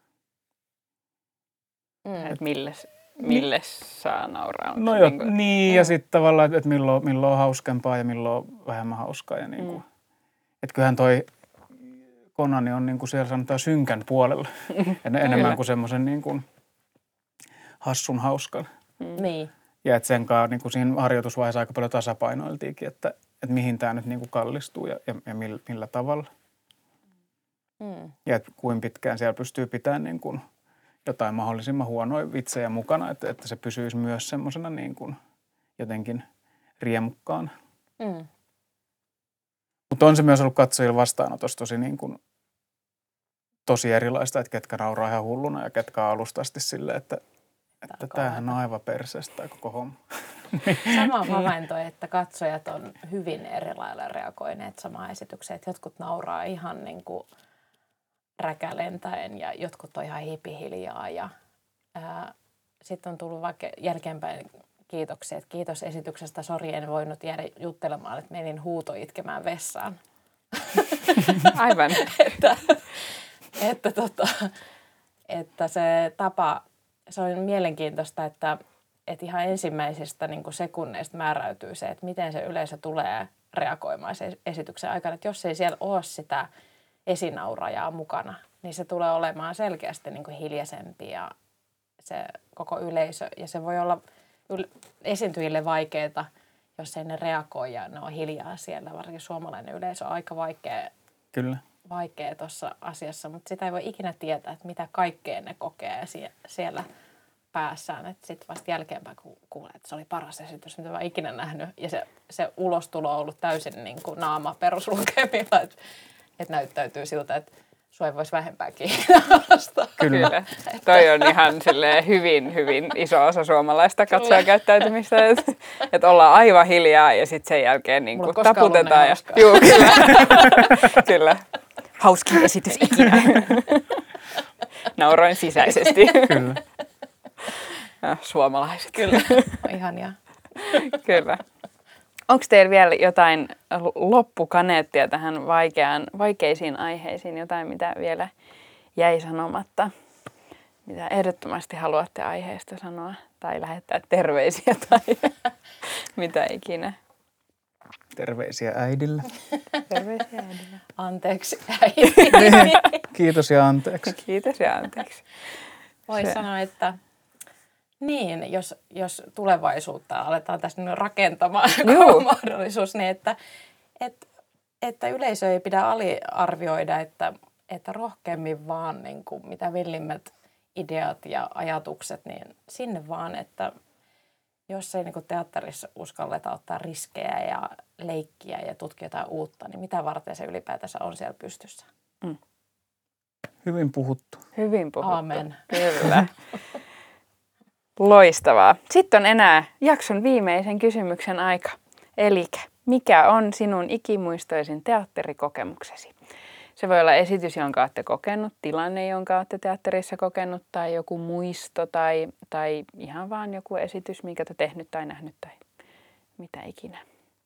et mille saa nauraa. No joo, niin ja sitten tavallaan, että milloin on hauskempaa ja milloin on vähemmän hauskaa. Ja niin kuin, että kyllähän toi Conani on niin kuin siellä sanotaan synkän puolella enemmän kuin semmoisen niin kuin hassun hauskan. Niin. Ja että sen kanssa niin kuin siinä harjoitusvaiheessa aika paljon tasapainoiltiinkin, että mihin tämä nyt niin kuin kallistuu ja millä tavalla. Ja että kuinka pitkään siellä pystyy pitämään niin kuin jotain mahdollisimman huonoja vitsejä mukana, että se pysyisi myös semmoisena niin kuin jotenkin riemukkaana. Mutta on se myös ollut katsojilla vastaanotossa tosi erilaista, että ketkä nauraa ihan hulluna ja ketkä on alusta asti silleen, että tämähän on aivan perseestä tai koko homma. Sama havainto, että katsojat on hyvin eri lailla reagoineet samaan esitykseen. Jotkut nauraa ihan niin kuin räkälentäen ja jotkut on ihan hipihiljaa. Ja sitten on tullut vaikka jälkeenpäin kiitoksia, että kiitos esityksestä. Sori, en voinut jäädä juttelemaan, että menin huutoitkemään vessaan. Aivan. että se tapa, se on mielenkiintoista, että ihan ensimmäisistä niin kuin sekunneista määräytyy se, että miten se yleisö tulee reagoimaan sen esityksen aikana. Että jos ei siellä ole sitä esinaurajaa mukana, niin se tulee olemaan selkeästi niin kuin hiljaisempi ja se koko yleisö. Ja se voi olla esiintyjille vaikeaa, jos ei ne reagoi ja ne on hiljaa siellä. Varsinkin suomalainen yleisö on aika vaikea tuossa asiassa, mutta sitä ei voi ikinä tietää, että mitä kaikkea ne kokee siellä päässään. Että sitten vasta jälkeenpäin, kun kuulee, että se oli paras esitys, mitä mä ikinä nähnyt. Ja se ulostulo on ollut täysin niin kuin naama peruslukemilla, että näyttäytyy siltä, että sua ei voisi vähempää kiinnostaa. Kyllä. Toi on ihan hyvin, hyvin iso osa suomalaista katsojakäyttäytymistä, että ollaan aivan hiljaa ja sitten sen jälkeen niin kuin taputetaan. Juu, kyllä. Kyllä. Hauskin esitys ikinä. Nauroin sisäisesti. Kyllä. Ja suomalaiset. Kyllä, on ihania. Kyllä. Onko teillä vielä jotain loppukaneettia tähän vaikeisiin aiheisiin, jotain mitä vielä jäi sanomatta, mitä ehdottomasti haluatte aiheesta sanoa tai lähettää terveisiä tai mitä ikinä? Terveisiä äidille. Terveisiä äidille. Anteeksi äiti. Kiitos ja anteeksi. Kiitos ja anteeksi. Voisi sanoa, että niin, jos tulevaisuutta aletaan tässä nyt rakentamaan mahdollisuus, niin että yleisö ei pidä aliarvioida, että rohkeammin vaan niin kuin mitä villimmät ideat ja ajatukset, niin sinne vaan, että jos ei niin kuin teatterissa uskalleta ottaa riskejä ja leikkiä ja tutkia jotain uutta, niin mitä varten se ylipäätänsä on siellä pystyssä? Hyvin puhuttu. Hyvin puhuttu. Aamen. Kyllä. Loistavaa. Sitten on enää jakson viimeisen kysymyksen aika. Elikkä, mikä on sinun ikimuistoisin teatterikokemuksesi? Se voi olla esitys, jonka olette kokenut, tilanne, jonka olette teatterissa kokenut, tai joku muisto, tai ihan vaan joku esitys, minkä olette tehnyt tai nähnyt, tai mitä ikinä.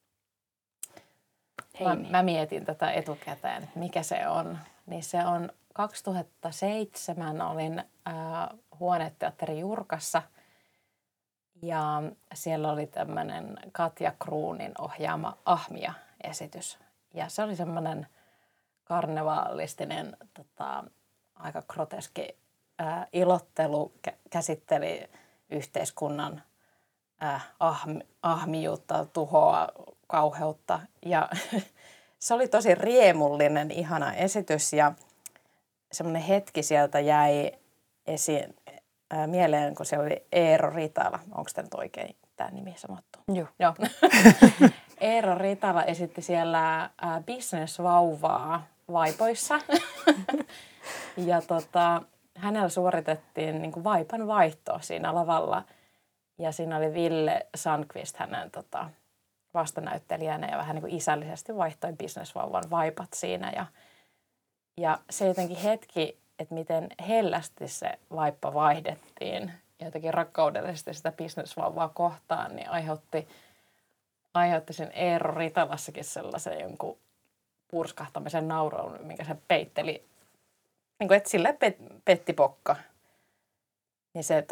Mä mietin tätä etukäteen, että mikä se on. Niin se on 2007 olin Huoneteatteri Jurkassa ja siellä oli tämmöinen Katja Kruunin ohjaama Ahmia-esitys. Ja se oli semmoinen karnevaalistinen, aika groteski ilottelu, käsitteli yhteiskunnan ahmijuutta, tuhoa, kauheutta. Ja se oli tosi riemullinen, ihana esitys ja semmoinen hetki sieltä jäi esiin mieleen, kun siellä oli Eero Ritala. Onko tämä nyt oikein tämä nimi sanottu? Joo. Eero Ritala esitti siellä business-vauvaa vaipoissa. Ja hänellä suoritettiin niin kuin vaipan vaihto siinä lavalla. Ja siinä oli Ville Sandqvist hänen vastanäyttelijänä ja vähän niin kuin isällisesti vaihtoi business-vauvan vaipat siinä. Ja se jotenkin hetki, että miten hellästi se vaippa vaihdettiin ja jotenkin rakkaudellisesti sitä business-vauvaa kohtaan, niin aiheutti sen Eero Ritalassakin sellaisen jonkun purskahtamisen naurun, minkä se peitteli, niin kuin, että sille petti pokka. Niin se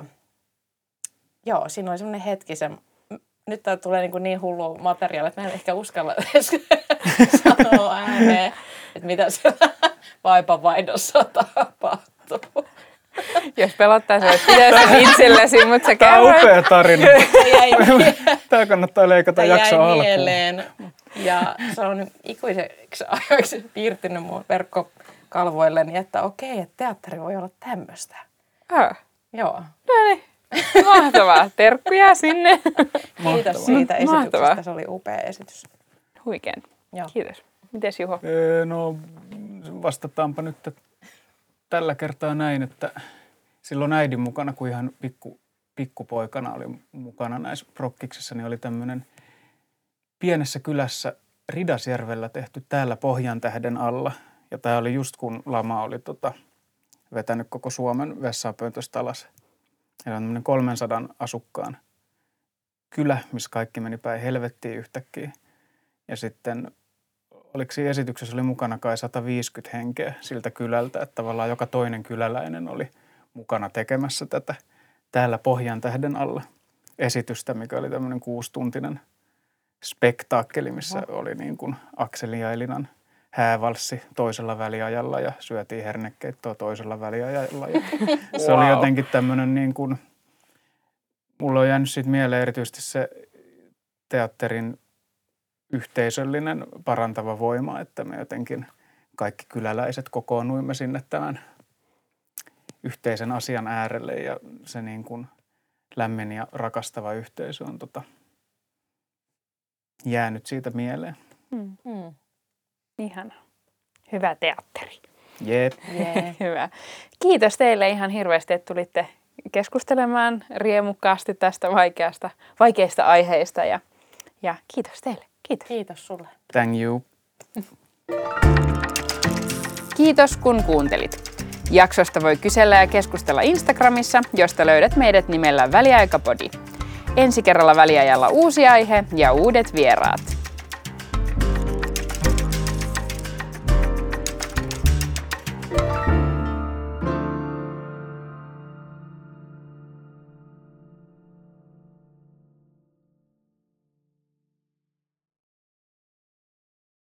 joo, siinä oli semmoinen hetki, nyt tää tulee niin hullu materiaali, että mä en ehkä uskalla edes sanoa ääneen, että mitä siellä vaipanvaihdossa tapahtuu. Jos pelottaisi, että pitäisi itsellesi, mutta sä kerroit. Tämä on upea tarina. Tämä kannattaa leikata jakso alkuun. Mieleen. Ja se on ikuiseksi ajaksi piirtynyt mun verkkokalvoilleni, että okei, että teatteri voi olla tämmöistä. Joo. No niin. Mahtavaa. Terkkuja sinne. Kiitos siitä esityksestä. Se oli upea esitys. Huikean. Kiitos. Mites Juho? No vastataanpa nyt tällä kertaa näin, että silloin äidin mukana, kun ihan pikkupoikana oli mukana näissä prokkiksissa, niin oli tämmöinen pienessä kylässä Ridasjärvellä tehty Täällä Pohjantähden alla. Ja tämä oli just kun lama oli vetänyt koko Suomen vessapöntöstä alas. Ja on tämmöinen 300 asukkaan kylä, missä kaikki meni päin helvettiin yhtäkkiä. Ja sitten oliko siinä esityksessä oli mukana kai 150 henkeä siltä kylältä, että tavallaan joka toinen kyläläinen oli mukana tekemässä tätä Täällä Pohjantähden alla esitystä, mikä oli tämmöinen 6-tuntinen spektaakkeli, missä oli niin kuin Akseli ja Elinan häävalssi toisella väliajalla ja syötiin hernekeittoa toisella väliajalla. Ja se oli jotenkin tämmöinen niin kuin, mulla on jäänyt siitä mieleen erityisesti se teatterin yhteisöllinen parantava voima, että me jotenkin kaikki kyläläiset kokoonnuimme sinne tämän yhteisen asian äärelle ja se niin kuin lämmin ja rakastava yhteisö on jäänyt siitä mieleen. Ihana. Hyvä teatteri. Jep. Hyvä. Kiitos teille ihan hirveästi, että tulitte keskustelemaan riemukkaasti tästä vaikeista aiheista ja kiitos teille. Kiitos. Kiitos sulle. Thank you. Kiitos kun kuuntelit. Jaksosta voi kysellä ja keskustella Instagramissa, josta löydät meidät nimellä Väliaikapodi. Ensi kerralla väliajalla uusi aihe ja uudet vieraat.